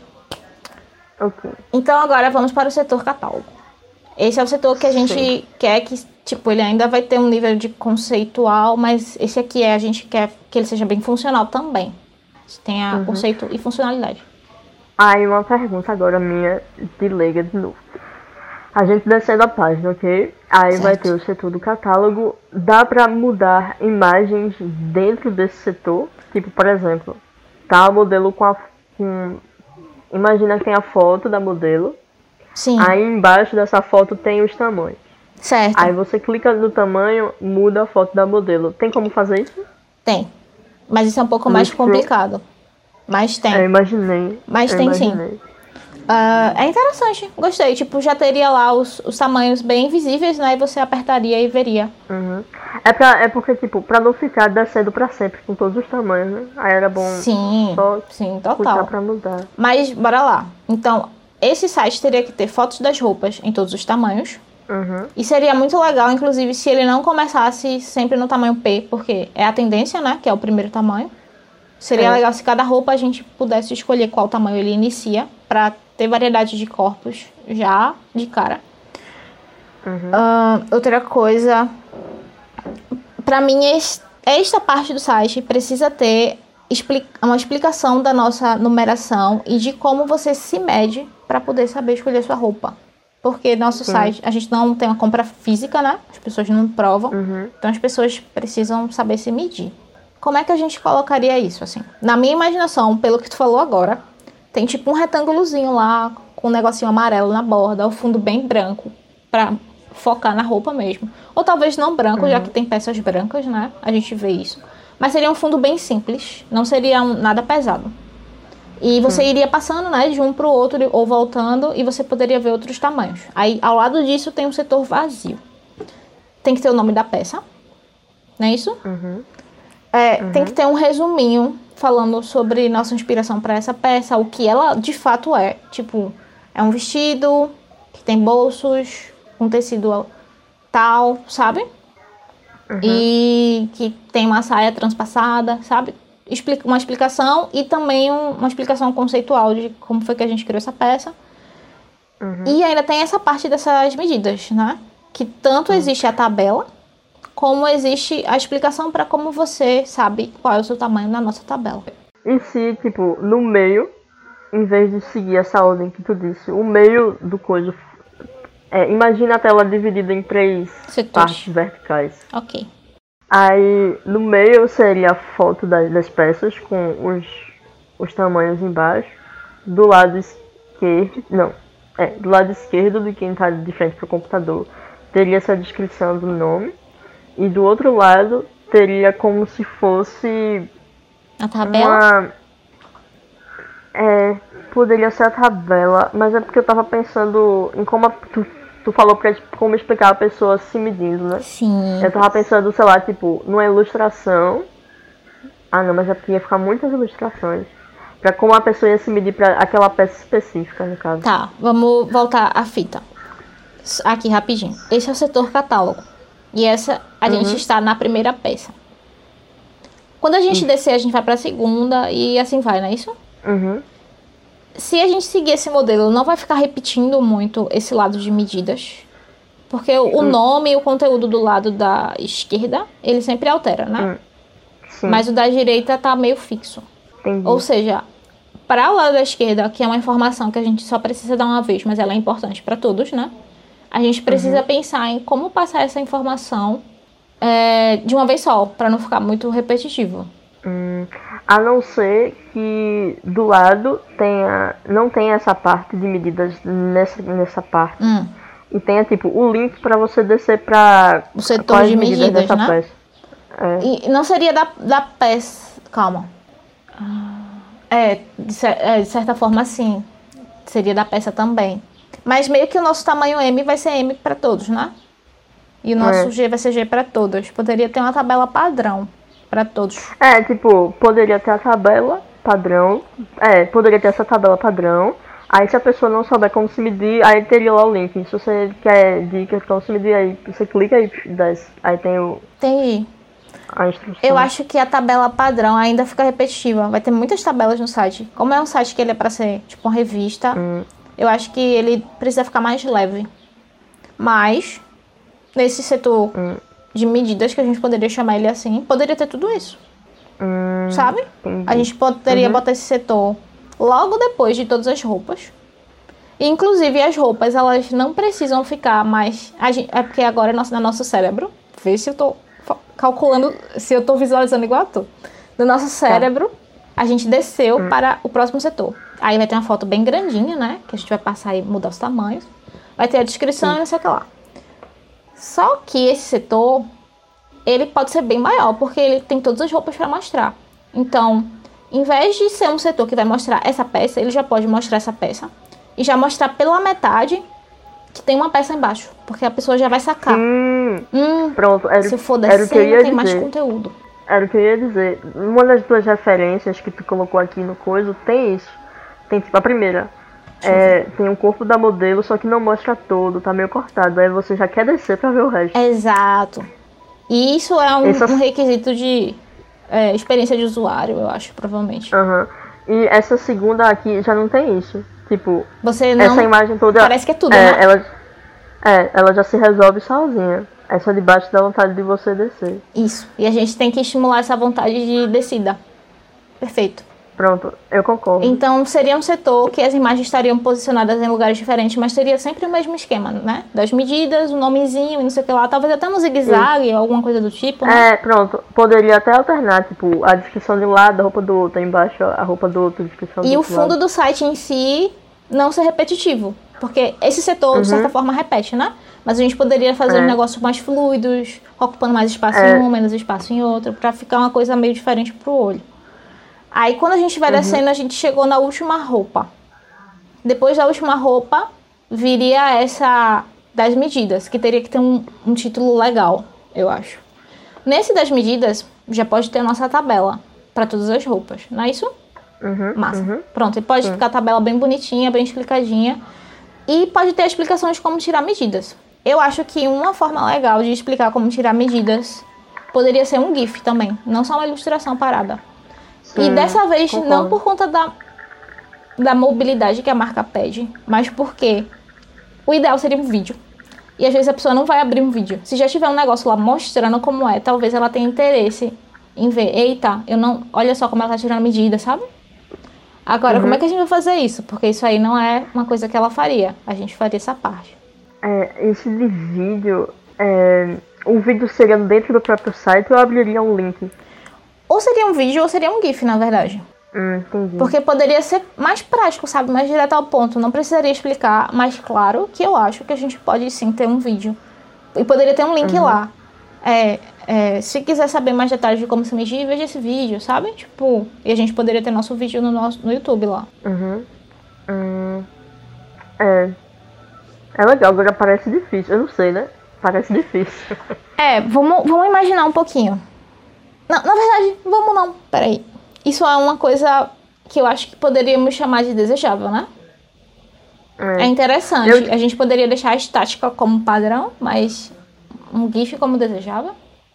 Okay. Então agora vamos para o setor catálogo. Esse é o setor que a gente Sim. quer que, tipo, ele ainda vai ter um nível de conceitual, mas esse aqui é, a gente quer que ele seja bem funcional também. Tenha uhum. conceito e funcionalidade. Aí uma pergunta agora minha de leiga de novo. A gente descendo a página, ok? Aí certo. Vai ter o setor do catálogo. Dá pra mudar imagens dentro desse setor? Tipo, por exemplo, tá o modelo com a... Com, imagina que tem a foto da modelo. Sim. Aí embaixo dessa foto tem os tamanhos. Certo. Aí você clica no tamanho, muda a foto da modelo. Tem como fazer isso? Tem. Mas isso é um pouco no mais complicado. Mas tem. Eu imaginei. Mas Eu tem imaginei. sim. Uh, é interessante, gostei. Tipo, já teria lá os, os tamanhos bem visíveis, né? E você apertaria e veria. Uhum. É, pra, é porque, tipo, pra não ficar descendo pra sempre com todos os tamanhos, né? Aí era bom sim, só sim, total. pra mudar. Mas, bora lá. Então, esse site teria que ter fotos das roupas em todos os tamanhos. Uhum. E seria muito legal, inclusive, se ele não começasse sempre no tamanho P, porque é a tendência, né? Que é o primeiro tamanho. Seria é. legal se cada roupa a gente pudesse escolher qual tamanho ele inicia, pra ter variedade de corpos já de cara. Uhum. Uh, outra coisa, pra mim, esta parte do site precisa ter uma explicação da nossa numeração e de como você se mede para poder saber escolher sua roupa. Porque nosso Sim. site, a gente não tem uma compra física, né? As pessoas não provam. Uhum. Então as pessoas precisam saber se medir. Como é que a gente colocaria isso, assim? Na minha imaginação, pelo que tu falou agora, tem tipo um retângulozinho lá, com um negocinho amarelo na borda, o fundo bem branco, pra focar na roupa mesmo. Ou talvez não branco, uhum. já que tem peças brancas, né? A gente vê isso. Mas seria um fundo bem simples, não seria um, nada pesado. E você iria passando, né, de um para o outro ou voltando e você poderia ver outros tamanhos. Aí, ao lado disso, tem um setor vazio. Tem que ter o nome da peça, não é isso? Uhum. É, uhum. Tem que ter um resuminho falando sobre nossa inspiração para essa peça, o que ela de fato é. Tipo, é um vestido que tem bolsos, um tecido tal, sabe? Uhum. E que tem uma saia transpassada, sabe? Uma explicação e também um, uma explicação conceitual de como foi que a gente criou essa peça. Uhum. E ainda tem essa parte dessas medidas, né? Que tanto uhum. existe a tabela, como existe a explicação para como você sabe qual é o seu tamanho na nossa tabela. E se, tipo, no meio, em vez de seguir essa ordem que tu disse, o meio do coisa... É, imagina a tela dividida em três Setores. partes verticais. Ok. Aí, no meio seria a foto das, das peças com os, os tamanhos embaixo. Do lado esquerdo... Não. É, do lado esquerdo de quem está de frente para o computador teria essa descrição do nome. E do outro lado teria como se fosse... A tabela? Uma... É, poderia ser a tabela, mas é porque eu tava pensando em como a, tu, tu falou pra como explicar a pessoa se medindo, né? Sim. Eu tava pensando, sei lá, tipo, numa ilustração. Ah, não, mas é porque ia ficar muitas ilustrações. Pra como a pessoa ia se medir pra aquela peça específica, no caso. Tá, vamos voltar à fita. Aqui, rapidinho. Esse é o setor catálogo. E essa, a uhum. gente está na primeira peça. Quando a gente uhum. descer, a gente vai pra segunda e assim vai, não é isso? Uhum. Se a gente seguir esse modelo, não vai ficar repetindo muito esse lado de medidas. Porque o uhum. nome e o conteúdo do lado da esquerda, ele sempre altera, né? Uhum. Sim. Mas o da direita tá meio fixo. Entendi. Ou seja, para o lado da esquerda, que é uma informação que a gente só precisa dar uma vez, mas ela é importante para todos, né? A gente precisa uhum. pensar em como passar essa informação é, de uma vez só, para não ficar muito repetitivo. Hum, a não ser que do lado tenha, não tenha essa parte de medidas nessa, nessa parte. Hum. E tenha tipo o link para você descer para o setor de medidas, medidas dessa né? peça. É. E não seria da, da peça. Calma. É de, é, de certa forma, sim. Seria da peça também. Mas meio que o nosso tamanho M vai ser M para todos, né? E o nosso é. G vai ser G para todos. Poderia ter uma tabela padrão para todos. É, tipo, poderia ter a tabela padrão. É, poderia ter essa tabela padrão. Aí se a pessoa não souber como se medir, aí teria lá o link. Se você quer dicas como se medir, aí você clica aí desce. Aí tem o... Tem. A instrução. Eu acho que a tabela padrão ainda fica repetitiva. Vai ter muitas tabelas no site. Como é um site que ele é para ser tipo uma revista, hum. eu acho que ele precisa ficar mais leve. Mas, nesse setor hum. de medidas, que a gente poderia chamar ele assim, poderia ter tudo isso. Hum, sabe? Entendi. A gente poderia uhum. botar esse setor logo depois de todas as roupas. E, inclusive, as roupas, elas não precisam ficar mais... A gente, é porque agora é nosso, no nosso cérebro. Vê se eu tô calculando, se eu tô visualizando igual a tu. No nosso cérebro, a gente desceu hum. para o próximo setor. Aí vai ter uma foto bem grandinha, né? Que a gente vai passar e mudar os tamanhos. Vai ter a descrição hum. e não sei o que lá. Só que esse setor, ele pode ser bem maior, porque ele tem todas as roupas para mostrar. Então, em vez de ser um setor que vai mostrar essa peça, ele já pode mostrar essa peça. E já mostrar pela metade que tem uma peça embaixo. Porque a pessoa já vai sacar. Hum, hum pronto. Era, se for descendo, descendo, tem mais conteúdo. Era o que eu ia dizer. Uma das tuas referências que tu colocou aqui no coisa tem isso. Tem tipo a primeira. É, tem um corpo da modelo, só que não mostra todo, tá meio cortado. Aí você já quer descer pra ver o resto. Exato. E isso é um, Essa... um requisito de é, experiência de usuário, eu acho, provavelmente. Aham. Uhum. E essa segunda aqui já não tem isso. Tipo, você não... essa imagem toda... Parece que é tudo, é, né? Ela, é, ela já se resolve sozinha. É só debaixo da vontade de você descer. Isso. E a gente tem que estimular essa vontade de descida. Perfeito. Pronto, eu concordo. Então, seria um setor que as imagens estariam posicionadas em lugares diferentes, mas seria sempre o mesmo esquema, né? Das medidas, o um nomezinho e não sei o que lá. Talvez até no zigue-zague, alguma coisa do tipo, né? É, pronto. Poderia até alternar, tipo, a descrição de um lado, a roupa do outro, embaixo a roupa do outro, a descrição do E outro o fundo lado. do site em si não ser repetitivo. Porque esse setor, Uhum. de certa forma, repete, né? Mas a gente poderia fazer É. um negócio mais fluidos, ocupando mais espaço É. em um, menos espaço em outro, pra ficar uma coisa meio diferente pro olho. Aí, quando a gente vai Uhum. descendo, a gente chegou na última roupa. Depois da última roupa, viria essa das medidas, que teria que ter um, um título legal, eu acho. Nesse das medidas, já pode ter a nossa tabela para todas as roupas, não é isso? Uhum, Massa. uhum. Pronto, e pode Sim. ficar a tabela bem bonitinha, bem explicadinha. E pode ter explicações de como tirar medidas. Eu acho que uma forma legal de explicar como tirar medidas poderia ser um GIF também, não só uma ilustração parada. E Sim, dessa vez, concordo. não por conta da, da mobilidade que a marca pede, mas porque o ideal seria um vídeo. E às vezes a pessoa não vai abrir um vídeo. Se já tiver um negócio lá mostrando como é, talvez ela tenha interesse em ver. Eita, eu não, olha só como ela tá tirando medida, sabe? Agora, Uhum. como é que a gente vai fazer isso? Porque isso aí não é uma coisa que ela faria. A gente faria essa parte. É, esse de vídeo, é, o vídeo seria dentro do próprio site ou eu abriria um link? Ou seria um vídeo ou seria um GIF, na verdade. Hum, entendi. Porque poderia ser mais prático, sabe? Mais direto ao ponto. Não precisaria explicar, mas claro que eu acho que a gente pode sim ter um vídeo. E poderia ter um link Uhum. lá. É, é, se quiser saber mais detalhes de como se medir, veja esse vídeo, sabe? Tipo, e a gente poderia ter nosso vídeo no, nosso, no YouTube lá. Uhum. Hum, é. É legal, agora parece difícil. Eu não sei, né? Parece difícil. É, vamos, vamos imaginar um pouquinho. Não, na verdade, vamos não. Peraí. Isso é uma coisa que eu acho que poderíamos chamar de desejável, né? É, É. interessante. Eu- A gente poderia deixar a estática como padrão, mas um GIF como desejável?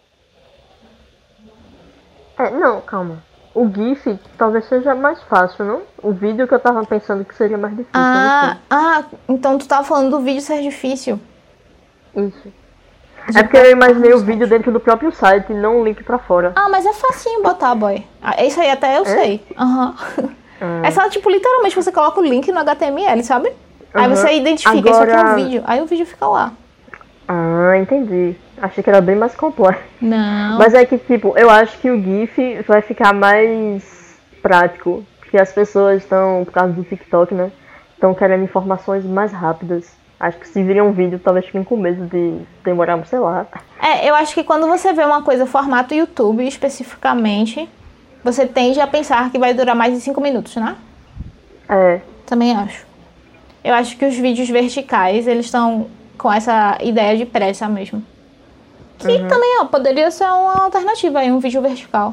É, não, calma. O GIF talvez seja mais fácil, não? O vídeo que eu tava pensando que seria mais difícil. Ah, ah, então tu tava falando do vídeo ser difícil. Eu não sei. Isso. É porque eu imaginei o vídeo dentro do próprio site e não um link pra fora. Ah, mas é facinho botar, boy. Ah, isso aí até eu É? sei. Aham. Ah. É só, tipo, literalmente você coloca o link no H T M L, sabe? Aí Uhum. você identifica, isso aqui é um Agora- vídeo. Aí o vídeo fica lá. Ah, entendi. Achei que era bem mais complexo. Não. Mas é que, tipo, eu acho que o GIF vai ficar mais prático. Porque as pessoas estão, por causa do TikTok, né? Estão querendo informações mais rápidas. Acho que se virem um vídeo, talvez fiquem com medo de demorar, sei lá. É, eu acho que quando você vê uma coisa formato YouTube, especificamente, você tende a pensar que vai durar mais de cinco minutos, né? É. Também acho. Eu acho que os vídeos verticais, eles estão com essa ideia de pressa mesmo. Que também, ó, poderia ser uma alternativa aí, um vídeo vertical.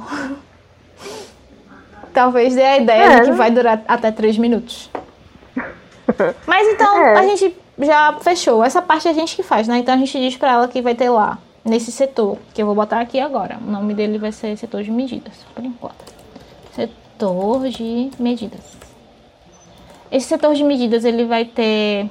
Talvez dê a ideia É, de que né? vai durar até três minutos. Mas então, É. a gente já fechou. Essa parte a gente que faz, né? Então a gente diz pra ela que vai ter lá, nesse setor, que eu vou botar aqui agora. O nome dele vai ser setor de medidas, por enquanto. Setor de medidas. Esse setor de medidas, ele vai ter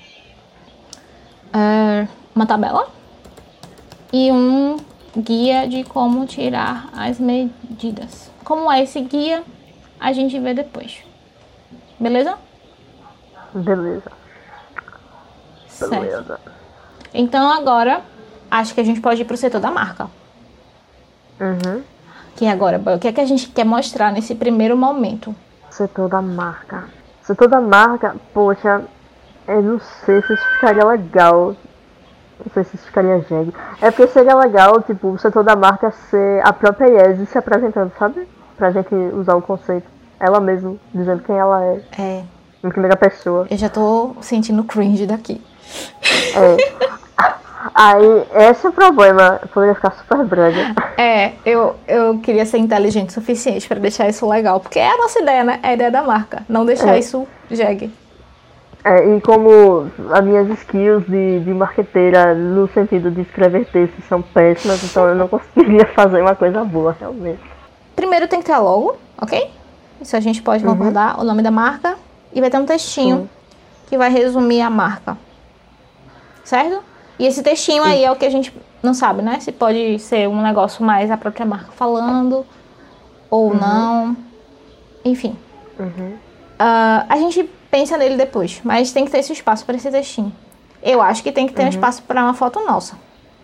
é, uma tabela e um guia de como tirar as medidas. Como é esse guia, a gente vê depois. Beleza? Beleza. Certo. Beleza. Então agora, acho que a gente pode ir pro setor da marca. Uhum. Que agora, o que é que a gente quer mostrar nesse primeiro momento? Setor da marca. Setor da marca, poxa, eu não sei se isso ficaria legal. Não sei se isso ficaria jegue. É porque seria legal, tipo, o setor da marca ser a própria Yesi se apresentando, sabe? Pra gente usar o conceito. Ela mesma, dizendo quem ela é, É, em primeira pessoa. eu já tô sentindo cringe daqui. É. Aí, esse é o problema. Poderia ficar super brega. É, eu, eu queria ser inteligente o suficiente pra deixar isso legal. Porque é a nossa ideia, né? É a ideia da marca. Não deixar É. isso jegue. É, e como as minhas skills de, de marqueteira no sentido de escrever textos são péssimas, então eu não conseguiria fazer uma coisa boa, realmente. Primeiro tem que ter a logo, ok? Isso a gente pode concordar. O nome da marca. E vai ter um textinho Sim. que vai resumir a marca. Certo? E esse textinho aí é o que a gente não sabe, né? Se pode ser um negócio mais a própria marca falando ou não. Enfim. Uhum. Uh, a gente pensa nele depois, mas tem que ter esse espaço para esse textinho. Eu acho que tem que ter uhum. um espaço para uma foto nossa.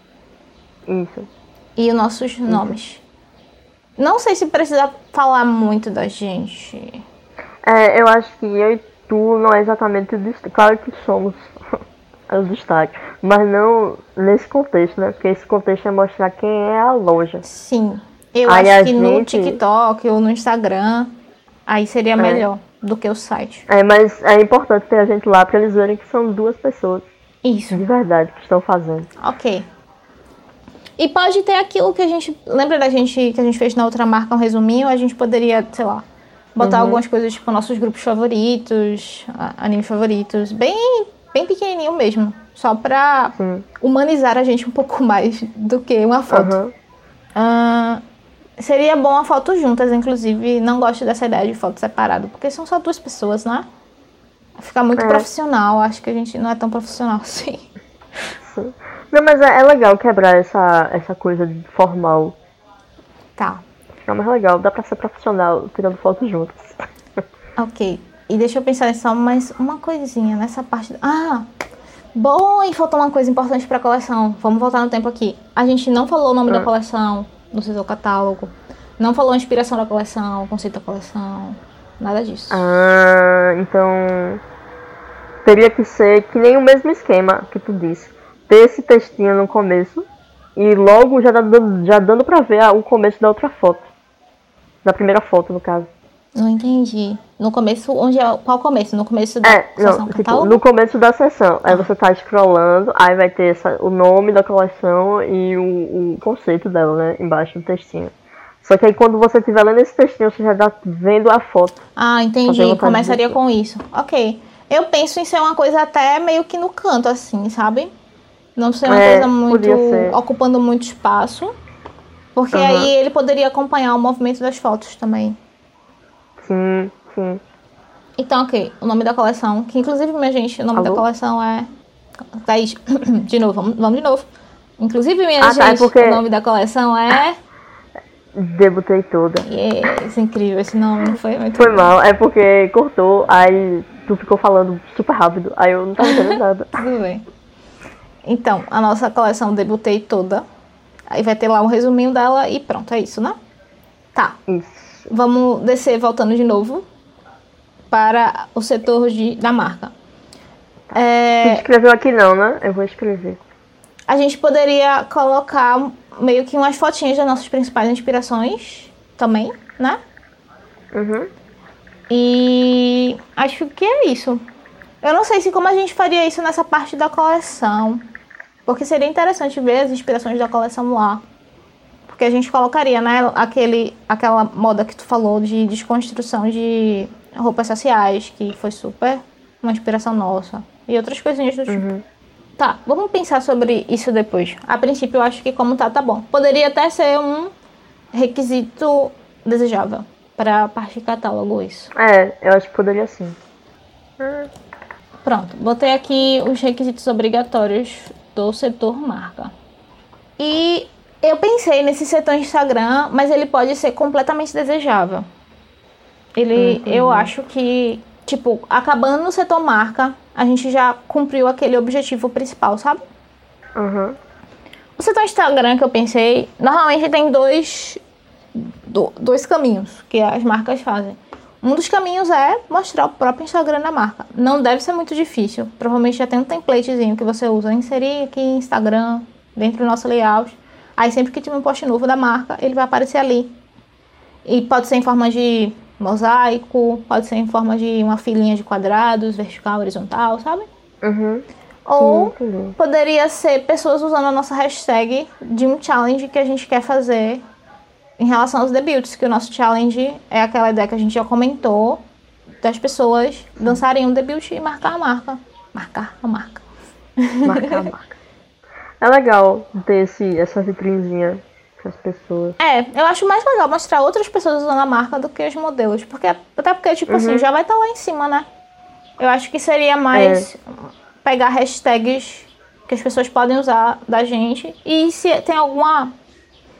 Isso. E os nossos Isso. nomes. Não sei se precisa falar muito da gente. É, eu acho que eu e tu não é exatamente o destaque. Claro que somos os destaques, mas não nesse contexto, né? Porque esse contexto é mostrar quem é a loja. Sim. Eu aí acho que gente... no TikTok ou no Instagram, aí seria é. melhor do que o site. É, mas é importante ter a gente lá pra eles verem que são duas pessoas. Isso. De verdade, que estão fazendo. Ok. E pode ter aquilo que a gente... Lembra da gente que a gente fez na outra marca, um resuminho? A gente poderia, sei lá, botar uhum. algumas coisas, tipo, nossos grupos favoritos, animes favoritos. Bem, bem pequenininho mesmo. Só pra Sim. humanizar a gente um pouco mais do que uma foto. Uhum. Uh, seria bom a foto juntas, inclusive. Não gosto dessa ideia de foto separada, porque são só duas pessoas, né? Fica muito é. profissional. Acho que a gente não é tão profissional assim. Sim. Não, mas é, é legal quebrar essa, essa coisa formal. Tá. Fica mais legal, dá pra ser profissional tirando fotos juntas. Ok. E deixa eu pensar só mais uma coisinha nessa parte. Ah! Bom, e faltou uma coisa importante pra coleção. Vamos voltar no tempo aqui. A gente não falou o nome ah. da coleção no seu catálogo. Não falou a inspiração da coleção, o conceito da coleção. Nada disso. Ah, então... Teria que ser que nem o mesmo esquema que tu disse. Ter esse textinho no começo e logo já dando, já dando pra ver o começo da outra foto. Da primeira foto, no caso. Não entendi. No começo, onde é, qual começo? No começo da é, sessão não, tipo, no começo da sessão. Aí você tá scrollando, aí vai ter essa, o nome da coleção e o, o conceito dela, né? Embaixo do textinho. Só que aí quando você estiver lendo esse textinho, você já tá vendo a foto. Ah, entendi. Começaria com isso. Ok. Eu penso em ser uma coisa até meio que no canto, assim, sabe? Não ser uma é, coisa muito... ocupando muito espaço. Porque uhum. aí ele poderia acompanhar o movimento das fotos também. Sim, sim. Então, ok. O nome da coleção, que inclusive, minha gente, o nome Alô? da coleção é... Thaís, de novo, vamos, vamos de novo. Inclusive, minha ah, gente, tá, é porque... o nome da coleção é... Debutei toda. Yes, incrível esse nome, não foi? Muito foi bom. mal, é porque cortou, aí tu ficou falando super rápido, aí eu não tava entendendo nada. Tudo bem. Então, a nossa coleção Debutei toda. Aí vai ter lá um resuminho dela e pronto, é isso, né? Tá. Isso. Vamos descer, voltando de novo para o setor de, da marca. É... Tu escreveu aqui não, né? Eu vou escrever. A gente poderia colocar meio que umas fotinhas das nossas principais inspirações também, né? Uhum. E acho que é isso. Eu não sei se como a gente faria isso nessa parte da coleção. Porque seria interessante ver as inspirações da coleção lá. Porque a gente colocaria, né, aquele, aquela moda que tu falou de desconstrução de roupas sociais, que foi super uma inspiração nossa. E outras coisinhas do tipo. Uhum. Tá, vamos pensar sobre isso depois. A princípio, eu acho que como tá, tá bom. Poderia até ser um requisito desejável para a parte de catálogo isso. É, eu acho que poderia sim. Pronto, botei aqui os requisitos obrigatórios do setor marca. E eu pensei nesse setor Instagram, mas ele pode ser completamente desejável. Ele, uhum. Eu acho que, tipo, acabando no setor marca, a gente já cumpriu aquele objetivo principal, sabe? Uhum. O setor Instagram que eu pensei, normalmente tem dois, do, dois caminhos que as marcas fazem. Um dos caminhos é mostrar o próprio Instagram da marca. Não deve ser muito difícil. Provavelmente já tem um templatezinho que você usa. Inserir aqui Instagram dentro do nosso layout. Aí sempre que tiver um post novo da marca, ele vai aparecer ali. E pode ser em forma de mosaico, pode ser em forma de uma filinha de quadrados, vertical, horizontal, sabe? Uhum. Ou sim, sim. poderia ser pessoas usando a nossa hashtag de um challenge que a gente quer fazer em relação aos debuts, que o nosso challenge é aquela ideia que a gente já comentou, das pessoas dançarem um debut e marcar a marca. Marcar a marca. Marcar a marca. É legal ter esse, essa vitrinezinha para as pessoas. É, eu acho mais legal mostrar outras pessoas usando a marca do que os modelos. Porque, até porque, tipo uhum. assim, já vai estar lá em cima, né? Eu acho que seria mais é. pegar hashtags que as pessoas podem usar da gente. E se tem alguma...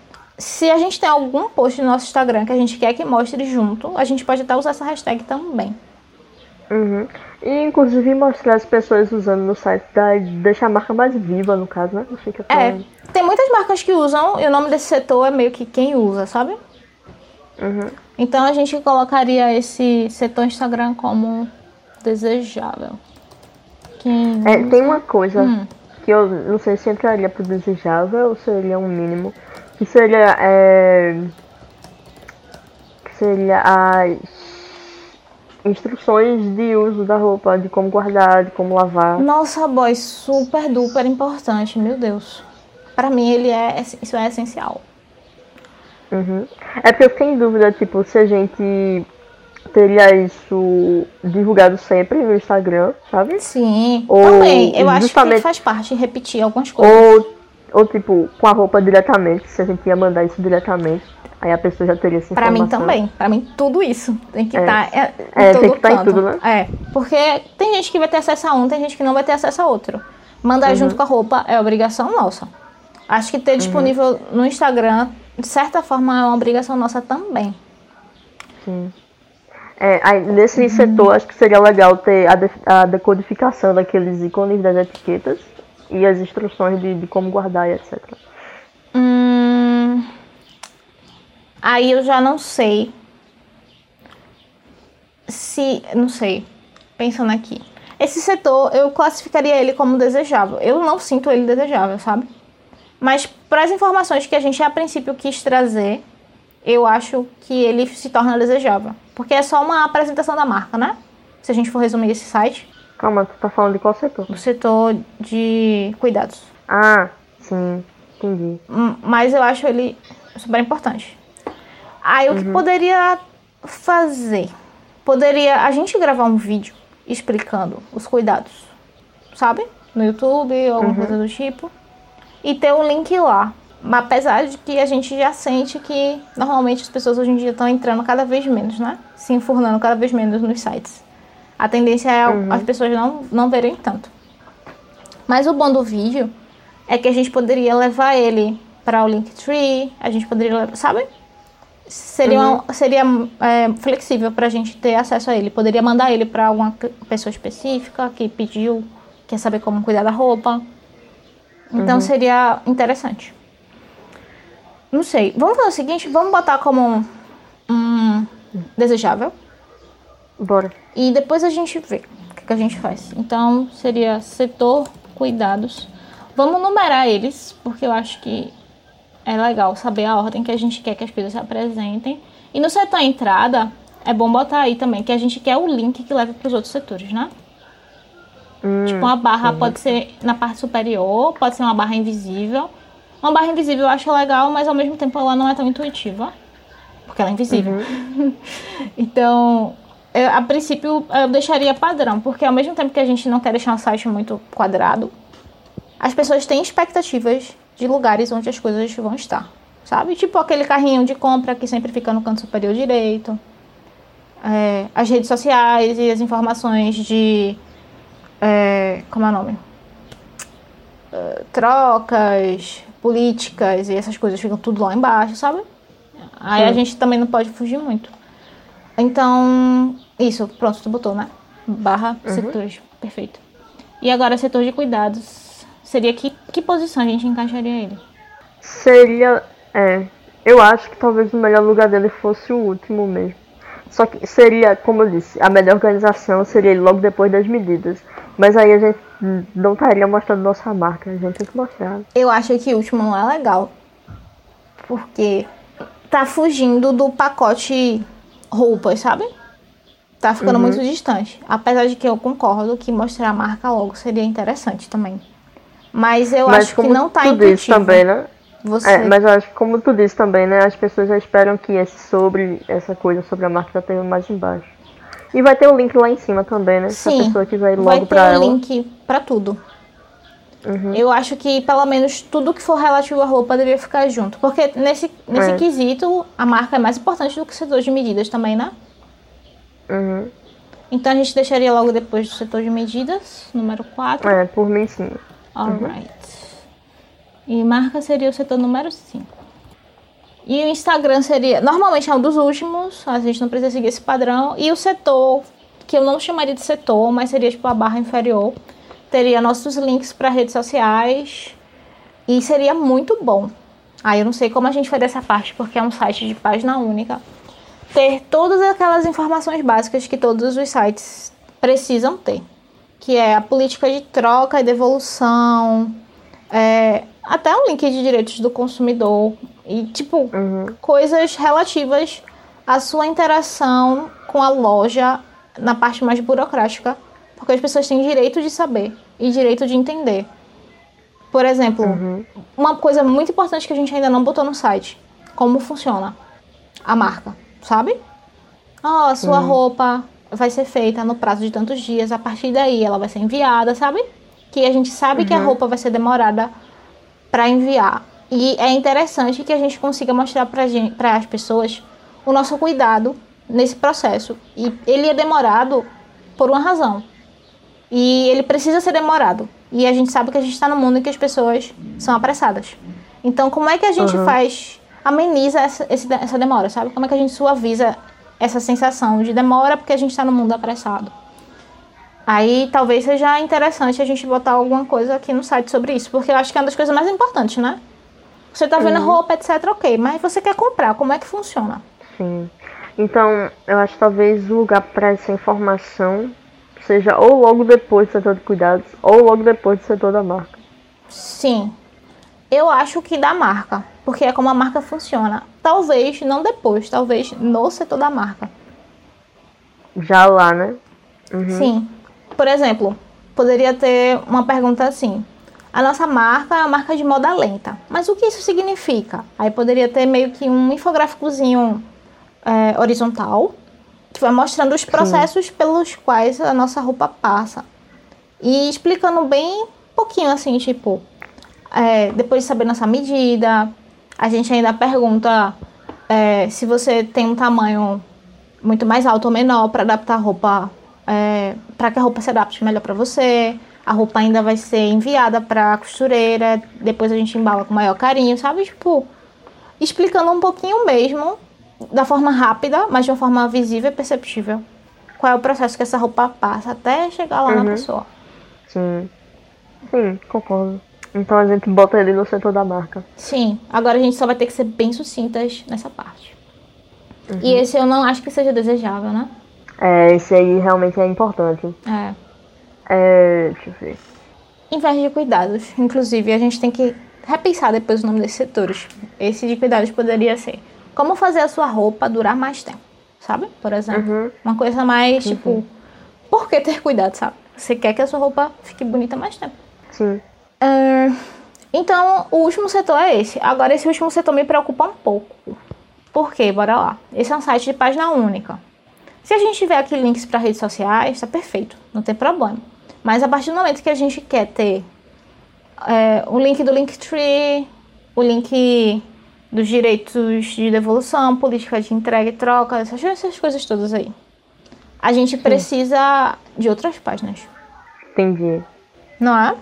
se a gente tem algum post no nosso Instagram que a gente quer que mostre junto, a gente pode até usar essa hashtag também. Uhum. E inclusive mostrar as pessoas usando no site, da, deixar a marca mais viva, no caso, né? Não fica tão... É, tem muitas marcas que usam e o nome desse setor é meio que quem usa, sabe? Uhum. Então a gente colocaria esse setor Instagram como desejável. Quem É, usa... tem uma coisa Hum. que eu não sei se entraria pro desejável ou seria um mínimo, que seria, é, que seria as instruções de uso da roupa, de como guardar, de como lavar. Nossa, boy, super duper importante, meu Deus. Pra mim ele é, isso é essencial. Uhum. É porque eu fiquei em dúvida, tipo, se a gente teria isso divulgado sempre no Instagram, sabe? Sim, Ou também. Eu acho justamente- que faz parte repetir algumas coisas. Ou, ou tipo, com a roupa diretamente, se a gente ia mandar isso diretamente, aí a pessoa já teria essa Pra informação. mim também. Pra mim tudo isso tem que É. estar em É, todo tem que estar em canto. tudo, né? É, porque tem gente que vai ter acesso a um, tem gente que não vai ter acesso a outro. Mandar Uhum. junto com a roupa é obrigação nossa. Acho que ter disponível no Instagram, de certa forma, é uma obrigação nossa também. Sim. É, aí, nesse setor, acho que seria legal ter a, de- a decodificação daqueles ícones das etiquetas e as instruções de, de como guardar e etcétera. Hum, aí eu já não sei se, não sei, pensando aqui. Esse setor, eu classificaria ele como desejável. Eu não sinto ele desejável, sabe? Mas para as informações que a gente a princípio quis trazer, eu acho que ele se torna desejável. Porque é só uma apresentação da marca, né? Se a gente for resumir esse site, Calma, tu tá falando de qual setor? o setor de cuidados. Ah, sim, entendi. Hum, Mas eu acho ele super importante. Aí o que poderia fazer? Poderia a gente gravar um vídeo explicando os cuidados, sabe? No YouTube ou alguma coisa do tipo. E ter um link lá. Mas apesar de que a gente já sente que normalmente as pessoas hoje em dia estão entrando cada vez menos, né? Se enfurnando cada vez menos nos sites. A tendência é as pessoas não, não verem tanto. Mas o bom do vídeo é que a gente poderia levar ele para o Linktree, a gente poderia levar, sabe? Seria, uma- seria é, flexível para a gente ter acesso a ele. Poderia mandar ele para alguma pessoa específica que pediu, quer saber como cuidar da roupa. Então seria interessante. Não sei. Vamos fazer o seguinte, vamos botar como um, um desejável. Bora. E depois a gente vê o que, que a gente faz. Então, seria setor cuidados. Vamos numerar eles, porque eu acho que é legal saber a ordem que a gente quer que as coisas se apresentem. E no setor entrada, é bom botar aí também que a gente quer o link que leva para os outros setores, né? Hum, Tipo, uma barra pode ser na parte superior, pode ser uma barra invisível. Uma barra invisível eu acho legal, mas ao mesmo tempo ela não é tão intuitiva. Porque ela é invisível. Então, eu, a princípio, eu deixaria padrão. Porque ao mesmo tempo que a gente não quer deixar um site muito quadrado, as pessoas têm expectativas de lugares onde as coisas vão estar. Sabe? Tipo aquele carrinho de compra que sempre fica no canto superior direito. É, as redes sociais e as informações de... É, como é o nome? Uh, trocas, políticas e essas coisas ficam tudo lá embaixo, sabe? Aí Sim. a gente também não pode fugir muito. Então, isso, pronto, tu botou, né? Barra setores, perfeito. E agora, setor de cuidados. Seria que, que posição a gente encaixaria ele? Seria. É. Eu acho que talvez o melhor lugar dele fosse o último mesmo. Só que seria, como eu disse, a melhor organização seria ele logo depois das medidas. Mas aí a gente não estaria mostrando nossa marca, a gente tem que mostrar. Eu acho que o último não é legal. Porque tá fugindo do pacote roupas, sabe? Tá ficando muito distante. Apesar de que eu concordo que mostrar a marca logo seria interessante também. Mas eu Mas acho que como não tá tu intuitivo. disse também, né? Você... É, mas eu acho que como tu disse também, né? As pessoas já esperam que esse sobre, essa coisa sobre a marca já tenha mais embaixo. E vai ter o link lá em cima também, né? Se a Sim, pessoa quiser ir vai logo ter pra um ela. link pra tudo. Eu acho que pelo menos tudo que for relativo à roupa deveria ficar junto. Porque nesse, nesse É. quesito, a marca é mais importante do que o setor de medidas também, né? Uhum. Então a gente deixaria logo depois do setor de medidas, número quatro. É, por mim sim. Alright. E marca seria o setor número cinco. E o Instagram seria, normalmente é um dos últimos, a gente não precisa seguir esse padrão. E o setor, que eu não chamaria de setor, mas seria tipo a barra inferior, teria nossos links para redes sociais e seria muito bom. Aí eu não sei como a gente faria essa parte, porque é um site de página única. Ter todas aquelas informações básicas que todos os sites precisam ter, que é a política de troca e devolução, é, até um link de direitos do consumidor e, tipo, uhum. coisas relativas à sua interação com a loja na parte mais burocrática, porque as pessoas têm direito de saber e direito de entender. Por exemplo, uhum. uma coisa muito importante que a gente ainda não botou no site, como funciona a marca, sabe? Oh, a sua uhum. roupa vai ser feita no prazo de tantos dias, a partir daí ela vai ser enviada, sabe? Que a gente sabe uhum. que a roupa vai ser demorada para enviar. E é interessante que a gente consiga mostrar para as pessoas o nosso cuidado nesse processo. E ele é demorado por uma razão. E ele precisa ser demorado. E a gente sabe que a gente está num mundo em que as pessoas são apressadas. Então, como é que a gente uhum. faz, ameniza essa, esse, essa demora, sabe? Como é que a gente suaviza essa sensação de demora porque a gente está no mundo apressado? Aí, talvez seja interessante a gente botar alguma coisa aqui no site sobre isso, porque eu acho que é uma das coisas mais importantes, né? Você tá vendo uhum. a roupa, etc, ok, mas você quer comprar, como é que funciona? Sim. Então, eu acho que talvez o lugar para essa informação seja ou logo depois do setor de cuidados, ou logo depois do setor da marca. Sim. Eu acho que da marca, porque é como a marca funciona. Talvez não depois, talvez no setor da marca. Já lá, né? Uhum. Sim. Por exemplo, poderia ter uma pergunta assim: a nossa marca é uma marca de moda lenta, mas o que isso significa? Aí poderia ter meio que um infográficozinho é, horizontal, que vai mostrando os processos Sim. pelos quais a nossa roupa passa. E explicando bem pouquinho assim, tipo, é, depois de saber nossa medida, a gente ainda pergunta é, se você tem um tamanho muito mais alto ou menor para adaptar a roupa, é, para que a roupa se adapte melhor para você. A roupa ainda vai ser enviada para a costureira, depois a gente embala com maior carinho, sabe? Tipo, explicando um pouquinho mesmo, da forma rápida, mas de uma forma visível e perceptível, qual é o processo que essa roupa passa até chegar lá uhum. na pessoa. Sim. Sim, concordo. Então a gente bota ele no setor da marca. Sim, agora a gente só vai ter que ser bem sucintas nessa parte. Uhum. E esse eu não acho que seja desejável, né? É, esse aí realmente é importante. É. É, deixa eu ver. Inveja de cuidados. Inclusive, a gente tem que repensar depois o nome desses setores. Esse de cuidados poderia ser como fazer a sua roupa durar mais tempo, sabe? Por exemplo. Uhum. Uma coisa mais, uhum. tipo, por que ter cuidado, sabe? Você quer que a sua roupa fique bonita mais tempo. Sim. Uh, então, o último setor é esse. Agora, esse último setor me preocupa um pouco. Por quê? Bora lá. Esse é um site de página única. Se a gente tiver aqui links para redes sociais, tá perfeito. Não tem problema. Mas a partir do momento que a gente quer ter é, o link do Linktree, o link dos direitos de devolução, política de entrega e troca, essas, essas coisas todas aí, a gente Sim. precisa de outras páginas. Entendi. Não é?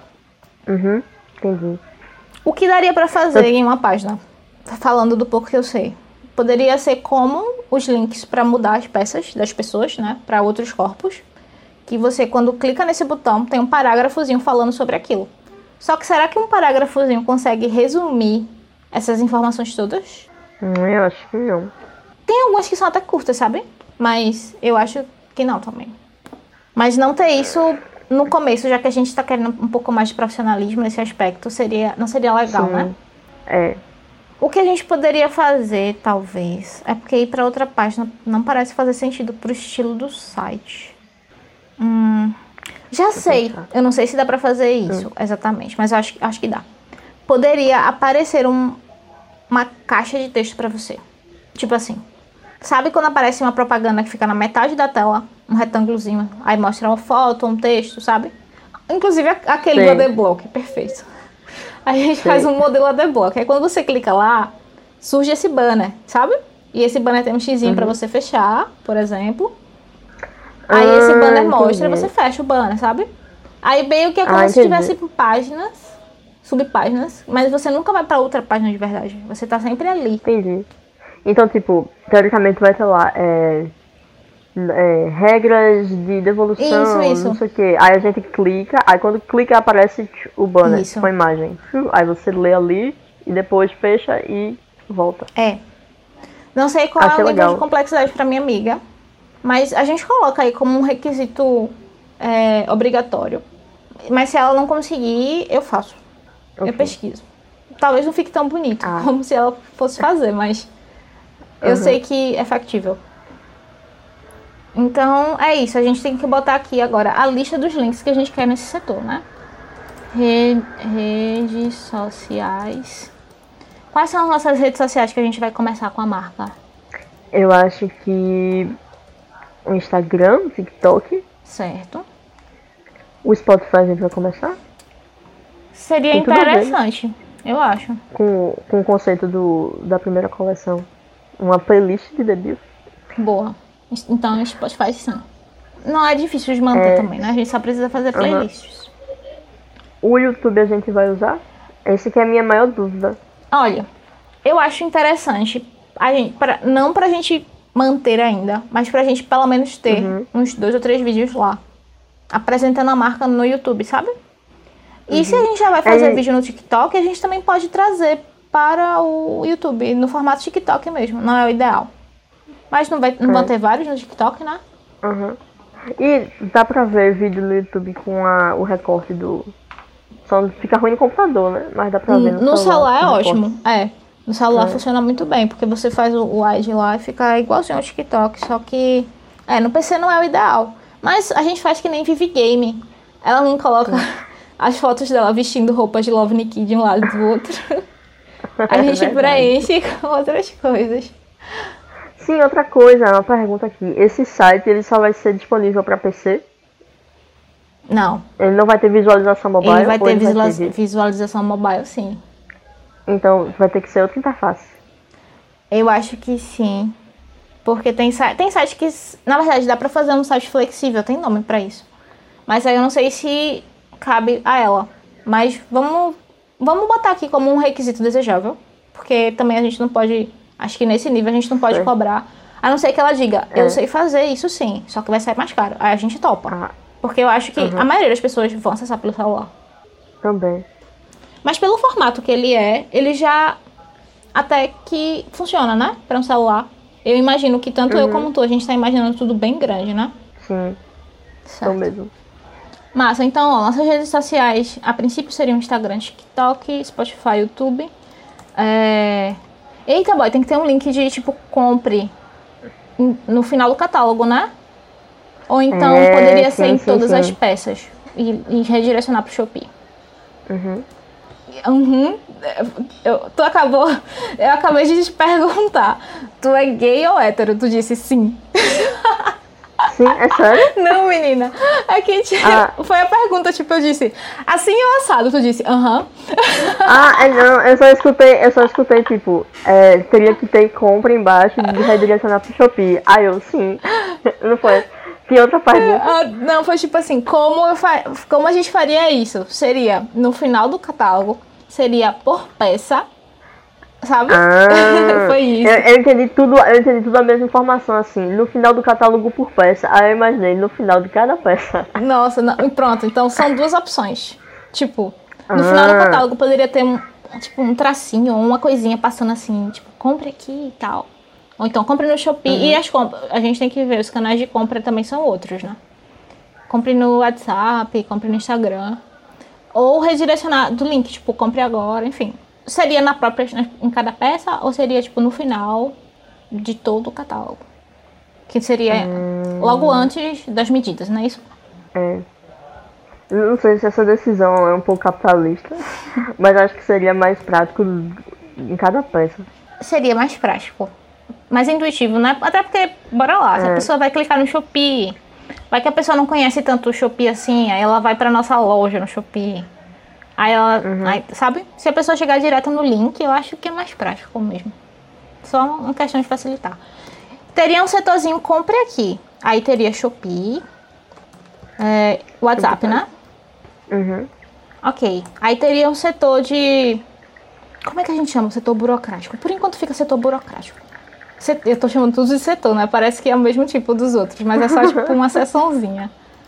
Uhum, entendi. O que daria para fazer em uma página? Falando do pouco que eu sei. Poderia ser como os links para mudar as peças das pessoas, né? Para outros corpos. Que você, quando clica nesse botão, tem um parágrafozinho falando sobre aquilo. Só que será que um parágrafozinho consegue resumir essas informações todas? Hum, eu acho que não. Tem algumas que são até curtas, sabe? Mas eu acho que não também. Mas não ter isso no começo, já que a gente está querendo um pouco mais de profissionalismo nesse aspecto, seria, não seria legal, Sim. né? É. O que a gente poderia fazer, talvez, é porque ir para outra página não parece fazer sentido pro estilo do site. Hum, já sei, eu não sei se dá pra fazer isso hum. exatamente, mas eu acho, acho que dá. Poderia aparecer um, uma caixa de texto pra você. Tipo assim, sabe quando aparece uma propaganda que fica na metade da tela, um retângulozinho, aí mostra uma foto, um texto, sabe? Inclusive aquele Sim. do ADBlock, perfeito. Aí a gente Sim. faz um modelo ADBlock, aí quando você clica lá, surge esse banner, sabe? E esse banner tem um xizinho uhum. pra você fechar, por exemplo. Aí ah, esse banner mostra, entendi. Você fecha o banner, sabe? Aí meio que é como ah, se tivesse páginas subpáginas, mas você nunca vai pra outra página de verdade. Você tá sempre ali. Entendi. Então, tipo, teoricamente vai ter lá, é, é, regras de devolução, Isso, isso. não sei o que. Aí a gente clica, aí quando clica aparece o banner Isso. com a imagem. Aí você lê ali e depois fecha e volta. É. Não sei qual Achei é o nível legal. de complexidade pra minha amiga, mas a gente coloca aí como um requisito é, obrigatório. Mas se ela não conseguir, eu faço. Ok. Eu pesquiso. Talvez não fique tão bonito Ah. como se ela fosse fazer, mas eu Uhum. sei que é factível. Então, é isso. A gente tem que botar aqui agora a lista dos links que a gente quer nesse setor, né? Re- redes sociais. Quais são as nossas redes sociais que a gente vai começar com a marca? Eu acho que o Instagram, o TikTok, Certo. o Spotify a gente vai começar Seria Tem tudo a ver, né? interessante, eu acho. com, com o conceito do, da primeira coleção. Uma playlist de debut. Boa. Então, Spotify sim. Não é difícil de manter É. também, né? A gente só precisa fazer playlists. O YouTube a gente vai usar? Esse que é a minha maior dúvida. Olha, eu acho interessante, a gente, pra, não pra gente manter ainda, mas pra gente pelo menos ter Uhum. uns dois ou três vídeos lá, apresentando a marca no YouTube, sabe? E se a gente já vai fazer Aí- vídeo no TikTok, a gente também pode trazer para o YouTube, no formato TikTok mesmo, não é o ideal. Mas não, vai, não vão ter vários no TikTok, né? Uhum. E dá pra ver vídeo no YouTube com a, o recorte do... Só fica ruim no computador, né? Mas dá pra ver no, No celular é o recorte. ótimo, é. No celular É. funciona muito bem, porque você faz o wide lá e fica igualzinho ao TikTok, só que é, no P C não é o ideal. Mas a gente faz que nem Vivi Game. Ela não coloca as fotos dela vestindo roupas de Love Nikki de um lado e do outro. A gente Verdade. preenche com outras coisas. Sim, outra coisa, uma pergunta aqui. Esse site ele só vai ser disponível pra P C? Não, Ele não vai ter visualização mobile? ele vai ou ter ele visualiza- vai ter? visualização mobile, sim. Então vai ter que ser outra interface. Eu acho que sim. Porque tem, si- tem site que, na verdade, dá pra fazer um site flexível, tem nome pra isso. Mas aí eu não sei se cabe a ela. Mas vamos, vamos botar aqui como um requisito desejável. Porque também a gente não pode, acho que nesse nível a gente não pode É. cobrar. A não ser que ela diga, É. eu sei fazer isso sim, só que vai sair mais caro. Aí a gente topa. Ah, Porque eu acho que Uhum. a maioria das pessoas vão acessar pelo celular. também. Mas pelo formato que ele é, ele já até que funciona, né? Para um celular. Eu imagino que tanto eu como tu, a gente tá imaginando tudo bem grande, né? Sim, Certo. então mesmo. Massa, então, ó, nossas redes sociais, a princípio seriam Instagram, TikTok, Spotify, YouTube. É... Eita, boy, tem que ter um link de, tipo, compre em- no final do catálogo, né? Ou então É, poderia sim, ser em sim, todas sim. as peças e, e redirecionar pro Shopee. Uhum. Uhum. Eu, tu acabou. Eu acabei de te perguntar. Tu é gay ou hétero? Tu disse sim. Sim, é sério? Não, menina. É que te- Ah. foi a pergunta, tipo, eu disse assim ou assado? Tu disse, aham. Ah, é, não, eu só escutei, eu só escutei, tipo, é, teria que ter compra embaixo de redirecionar pro Shopee. Aí eu, sim. Não foi. Tinha outra pergunta. Ah, não, foi tipo assim, como, eu fa- como a gente faria isso? Seria, no final do catálogo, seria por peça, sabe? Ah, Foi isso. Eu, eu entendi tudo, eu entendi tudo a mesma informação, assim. No final do catálogo por peça. Aí eu imaginei no final de cada peça. Nossa, não, pronto, então são duas opções. Tipo, no Ah. final do catálogo poderia ter um, tipo, um tracinho ou uma coisinha passando assim, tipo, compre aqui e tal. Ou então compre no Shopee. Uhum. E as compras, a gente tem que ver, os canais de compra também são outros, né? Compre no WhatsApp, compre no Instagram. Ou redirecionar do link, tipo, compre agora, enfim. Seria na própria, em cada peça, ou seria, tipo, no final de todo o catálogo? Que seria Hum. logo antes das medidas, não é isso? É. Eu não sei se essa decisão é um pouco capitalista, mas acho que seria mais prático em cada peça. Seria mais prático. Mais intuitivo, né? Até porque, bora lá, se a É. pessoa vai clicar no Shopee, vai que a pessoa não conhece tanto o Shopee assim, aí ela vai pra nossa loja no Shopee. Aí ela, aí, sabe? Se a pessoa chegar direto no link, eu acho que é mais prático mesmo. Só uma questão de facilitar. Teria um setorzinho compre aqui. Aí teria Shopee, é, WhatsApp, né? Uhum. Ok. Aí teria um setor de... Como é que a gente chama? Setor burocrático. Por enquanto fica setor burocrático. Eu tô chamando tudo de setor, né? Parece que é o mesmo tipo dos outros, mas é só tipo uma seçãozinha.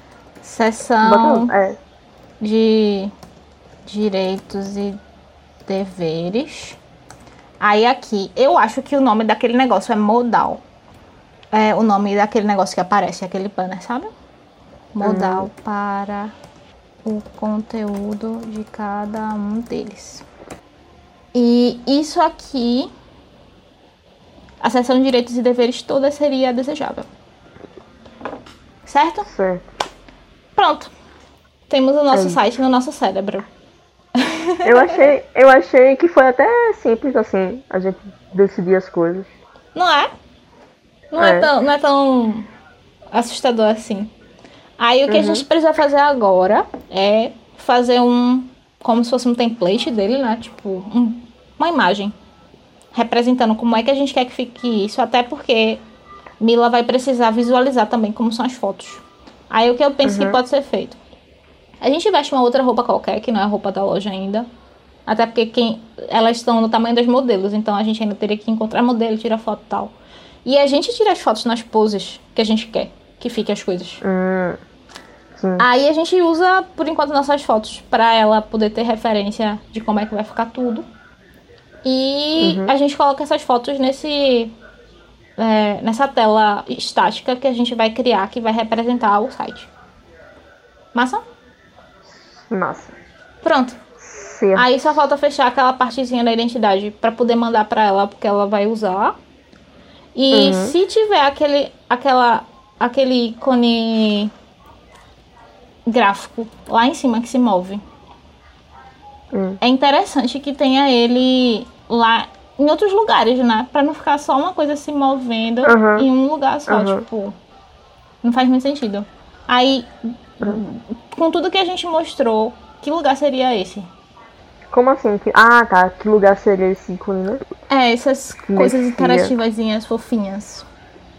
Seção é. de direitos e deveres. Aí aqui, eu acho que o nome daquele negócio é modal. É o nome daquele negócio que aparece, aquele banner, sabe? Modal hum. para o conteúdo de cada um deles. E isso aqui, a seção de direitos e deveres toda seria desejável. Certo? Certo. Pronto. Temos o nosso é site no nosso cérebro. Eu achei, eu achei que foi até simples assim, a gente decidir as coisas. Não é? Não é, é tão, não é tão assustador assim. Aí o que uhum. a gente precisa fazer agora é fazer um, como se fosse um template dele, né? Tipo, um, uma imagem representando como é que a gente quer que fique isso, até porque Mila vai precisar visualizar também como são as fotos. Aí o que eu penso uhum. que pode ser feito? A gente veste uma outra roupa qualquer, que não é a roupa da loja ainda. Até porque quem, elas estão no tamanho dos modelos, então a gente ainda teria que encontrar modelo, tirar foto e tal. E a gente tira as fotos nas poses que a gente quer que fiquem as coisas. Hum. Sim. Aí a gente usa, por enquanto, nossas fotos pra ela poder ter referência de como é que vai ficar tudo. E uhum. a gente coloca essas fotos nesse, é, nessa tela estática que a gente vai criar, que vai representar o site. Massa? Massa. Pronto. Certo. Aí só falta fechar aquela partezinha da identidade pra poder mandar pra ela, porque ela vai usar. E uhum. se tiver aquele, aquela, aquele ícone gráfico lá em cima que se move, hum. é interessante que tenha ele lá em outros lugares, né? Pra não ficar só uma coisa se movendo uhum. em um lugar só, uhum. tipo, não faz muito sentido. Aí, uhum. com tudo que a gente mostrou, que lugar seria esse? Como assim? Ah, tá. Que lugar seria esse ícone, né? É, essas que coisas interativazinhas, fofinhas.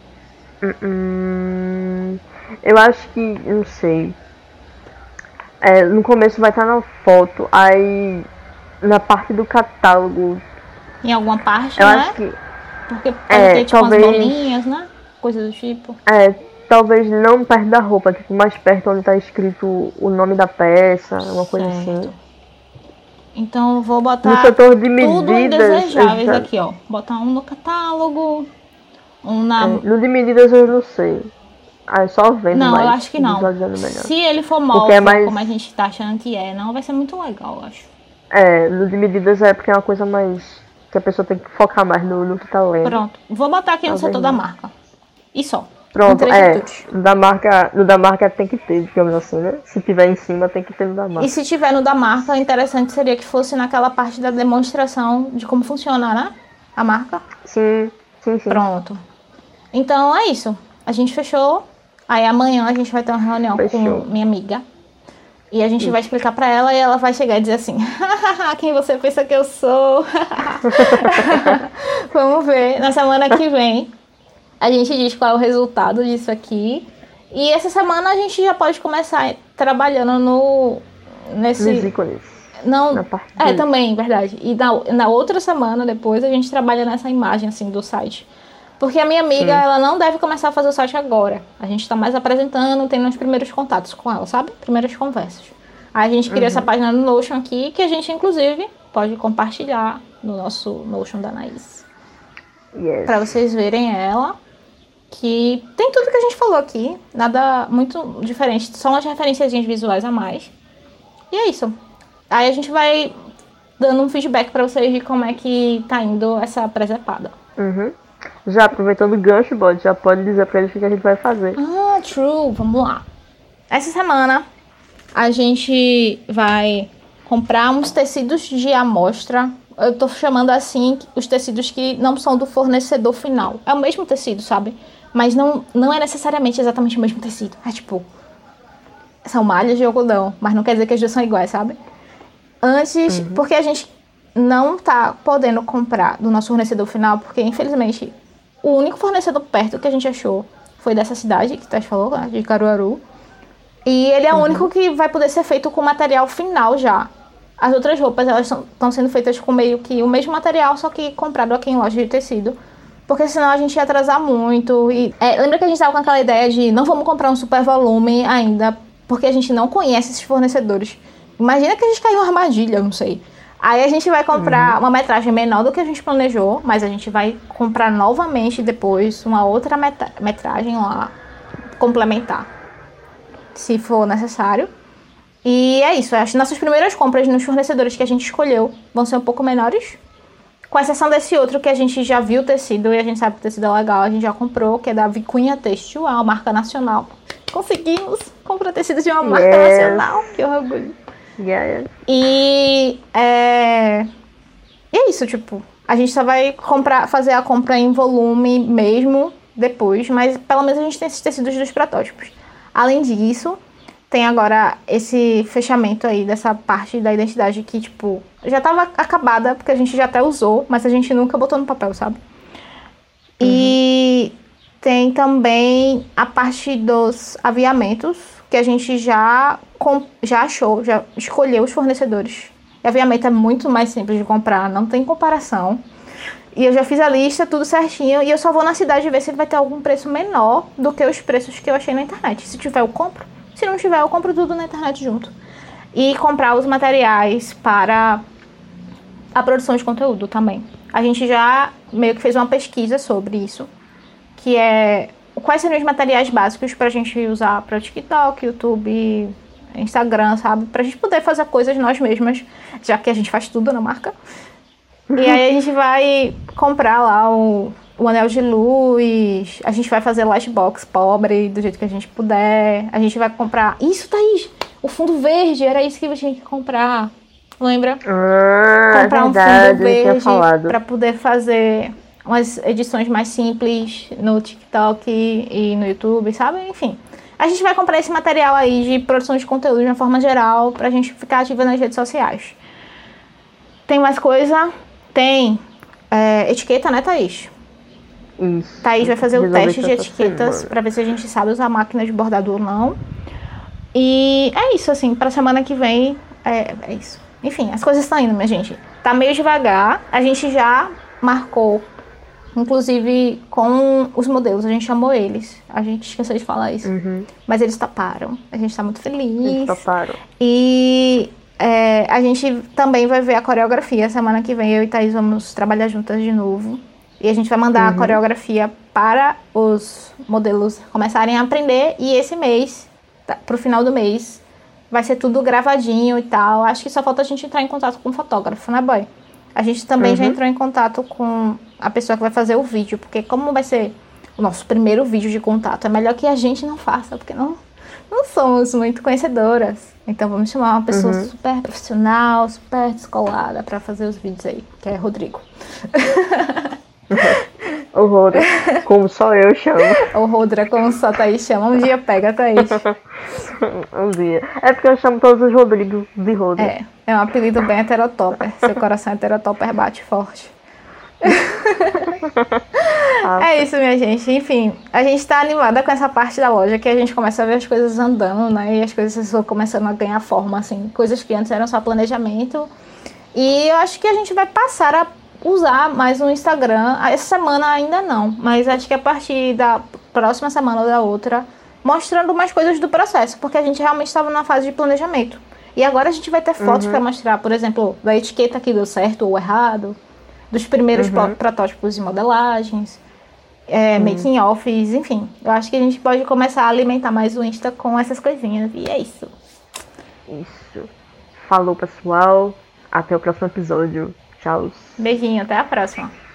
Hum, eu acho que, não sei. É, no começo vai estar na foto, aí na parte do catálogo. Em alguma parte, eu né? Acho que, Porque pode é, ter tipo talvez, umas bolinhas, né? Coisa do tipo. É, talvez não perto da roupa, tipo mais perto onde tá escrito o nome da peça, uma coisa certo. assim. Então eu vou botar no setor de medidas, tudo indesejáveis já... aqui, ó. Botar um no catálogo, um na... É, no de medidas eu não sei. Ah, é só vendo não, mais. Não, eu acho que não. Se ele for móvel, é mais... como a gente tá achando que é, não vai ser muito legal, eu acho. É, no de medidas é porque é uma coisa mais... que a pessoa tem que focar mais no, no que tá lendo. Pronto, vou botar aqui Talvez no setor não. da marca. E só. Pronto, é. No da, marca, no da marca tem que ter, digamos assim, né? Se tiver em cima, tem que ter no da marca. E se tiver no da marca, o interessante seria que fosse naquela parte da demonstração de como funciona, né? A marca. Sim, sim, sim. Pronto. Então é isso. A gente fechou. Aí amanhã a gente vai ter uma reunião fechou. com minha amiga. E a gente isso. vai explicar pra ela e ela vai chegar e dizer assim: quem você pensa que eu sou? Vamos ver. Na semana que vem a gente diz qual é o resultado disso aqui. E essa semana a gente já pode começar trabalhando no... nesse... Nos ícones. Não, na parte é, também, verdade. E na, na outra semana, depois, a gente trabalha nessa imagem, assim, do site. Porque a minha amiga, Sim. ela não deve começar a fazer o site agora. A gente tá mais apresentando, tendo os primeiros contatos com ela, sabe? Primeiras conversas. Aí a gente cria uhum. essa página no Notion aqui, que a gente, inclusive, pode compartilhar no nosso Notion da Anaís. Yes. Pra vocês verem ela. Que tem tudo que a gente falou aqui, nada muito diferente, só umas referenciazinhas visuais a mais. E é isso. Aí a gente vai dando um feedback pra vocês de como é que tá indo essa presepada. Uhum. Já aproveitando o gancho, bode, já pode dizer pra eles o que a gente vai fazer. Ah, true, vamos lá. Essa semana a gente vai comprar uns tecidos de amostra. Eu tô chamando assim os tecidos que não são do fornecedor final. É o mesmo tecido, sabe? Mas não, não é necessariamente exatamente o mesmo tecido. É tipo... São malhas de algodão, mas não quer dizer que as duas são iguais, sabe? Antes... Uhum. Porque a gente não tá podendo comprar do nosso fornecedor final, porque infelizmente o único fornecedor perto que a gente achou foi dessa cidade, que tu falou, né, de Caruaru. E ele é o Uhum. único que vai poder ser feito com material final já. As outras roupas, elas estão sendo feitas com meio que o mesmo material, só que comprado aqui em loja de tecido. Porque senão a gente ia atrasar muito. E, é, lembra que a gente tava com aquela ideia de não vamos comprar um super volume ainda, porque a gente não conhece esses fornecedores. Imagina que a gente caiu em uma armadilha, eu não sei. Aí a gente vai comprar uhum. uma metragem menor do que a gente planejou, mas a gente vai comprar novamente depois uma outra meta- metragem lá, complementar, se for necessário. E é isso, as nossas primeiras compras nos fornecedores que a gente escolheu vão ser um pouco menores, com exceção desse outro que a gente já viu o tecido e a gente sabe que o tecido é legal, a gente já comprou, que é da Vicunha Têxtil, uma marca nacional. Conseguimos comprar tecido de uma yes. marca nacional, que orgulho. Yes. E é... e é isso, tipo, a gente só vai comprar, fazer a compra em volume mesmo depois, mas pelo menos a gente tem esses tecidos dos protótipos. Além disso, tem agora esse fechamento aí dessa parte da identidade que, tipo, já tava acabada, porque a gente já até usou, mas a gente nunca botou no papel, sabe? Uhum. E tem também a parte dos aviamentos, que a gente já, já achou, já escolheu os fornecedores. E aviamento é muito mais simples de comprar, não tem comparação. E eu já fiz a lista, tudo certinho, e eu só vou na cidade ver se ele vai ter algum preço menor do que os preços que eu achei na internet. Se tiver, eu compro. Se não tiver, eu compro tudo na internet junto. E comprar os materiais para a produção de conteúdo também. A gente já meio que fez uma pesquisa sobre isso, que é quais seriam os materiais básicos pra gente usar para o TikTok, YouTube, Instagram, sabe? Pra gente poder fazer coisas nós mesmas, já que a gente faz tudo na marca. E aí a gente vai comprar lá o, o anel de luz, a gente vai fazer lightbox pobre, do jeito que a gente puder. A gente vai comprar... Isso, Thaís! O fundo verde, era isso que eu tinha que comprar. Lembra? Ah, comprar é verdade, um fundo verde pra poder fazer umas edições mais simples no TikTok e no YouTube, sabe? Enfim. A gente vai comprar esse material aí de produção de conteúdo de uma forma geral pra gente ficar ativa nas redes sociais. Tem mais coisa? Tem é, etiqueta, né, Thaís? Isso. Thaís vai fazer o teste de etiquetas para ver se a gente sabe usar máquina de bordado ou não. E é isso, assim, pra semana que vem é, é isso. Enfim, as coisas estão indo, minha gente. Tá meio devagar. A gente já marcou, inclusive com os modelos, a gente chamou eles. A gente esqueceu de falar isso. Uhum. Mas eles toparam. A gente tá muito feliz. Eles toparam. E... É, a gente também vai ver a coreografia. Semana que vem eu e Thaís vamos trabalhar juntas de novo. E a gente vai mandar uhum. a coreografia para os modelos começarem a aprender. E esse mês, tá, pro final do mês, vai ser tudo gravadinho e tal. Acho que só falta a gente entrar em contato com o fotógrafo, né, boy? A gente também uhum. já entrou em contato com a pessoa que vai fazer o vídeo. Porque como vai ser o nosso primeiro vídeo de contato, é melhor que a gente não faça, porque não... não somos muito conhecedoras. Então vamos chamar uma pessoa uhum. super profissional, super descolada pra fazer os vídeos aí, que é Rodrigo. O Rodra, como só eu chamo. O Rodra, como só Thaís chama. Um dia pega, Thaís. Um dia. É porque eu chamo todos os Rodrigos de Rodra. É, é um apelido bem heterotopper. Seu coração heterotopper bate forte. É isso, minha gente. Enfim, a gente tá animada com essa parte da loja, que a gente começa a ver as coisas andando, né? E as coisas vão começando a ganhar forma, assim. Coisas que antes eram só planejamento. E eu acho que a gente vai passar a usar mais o Instagram. Essa semana ainda não, mas acho que a partir da próxima semana ou da outra, mostrando mais coisas do processo, porque a gente realmente estava numa fase de planejamento. E agora a gente vai ter fotos uhum. para mostrar, por exemplo, da etiqueta que deu certo ou errado, dos primeiros uhum. protótipos de modelagens, é, uhum. making-offs, enfim. Eu acho que a gente pode começar a alimentar mais o Insta com essas coisinhas. E é isso. Isso. Falou, pessoal. Até o próximo episódio. Tchau. Beijinho, até a próxima.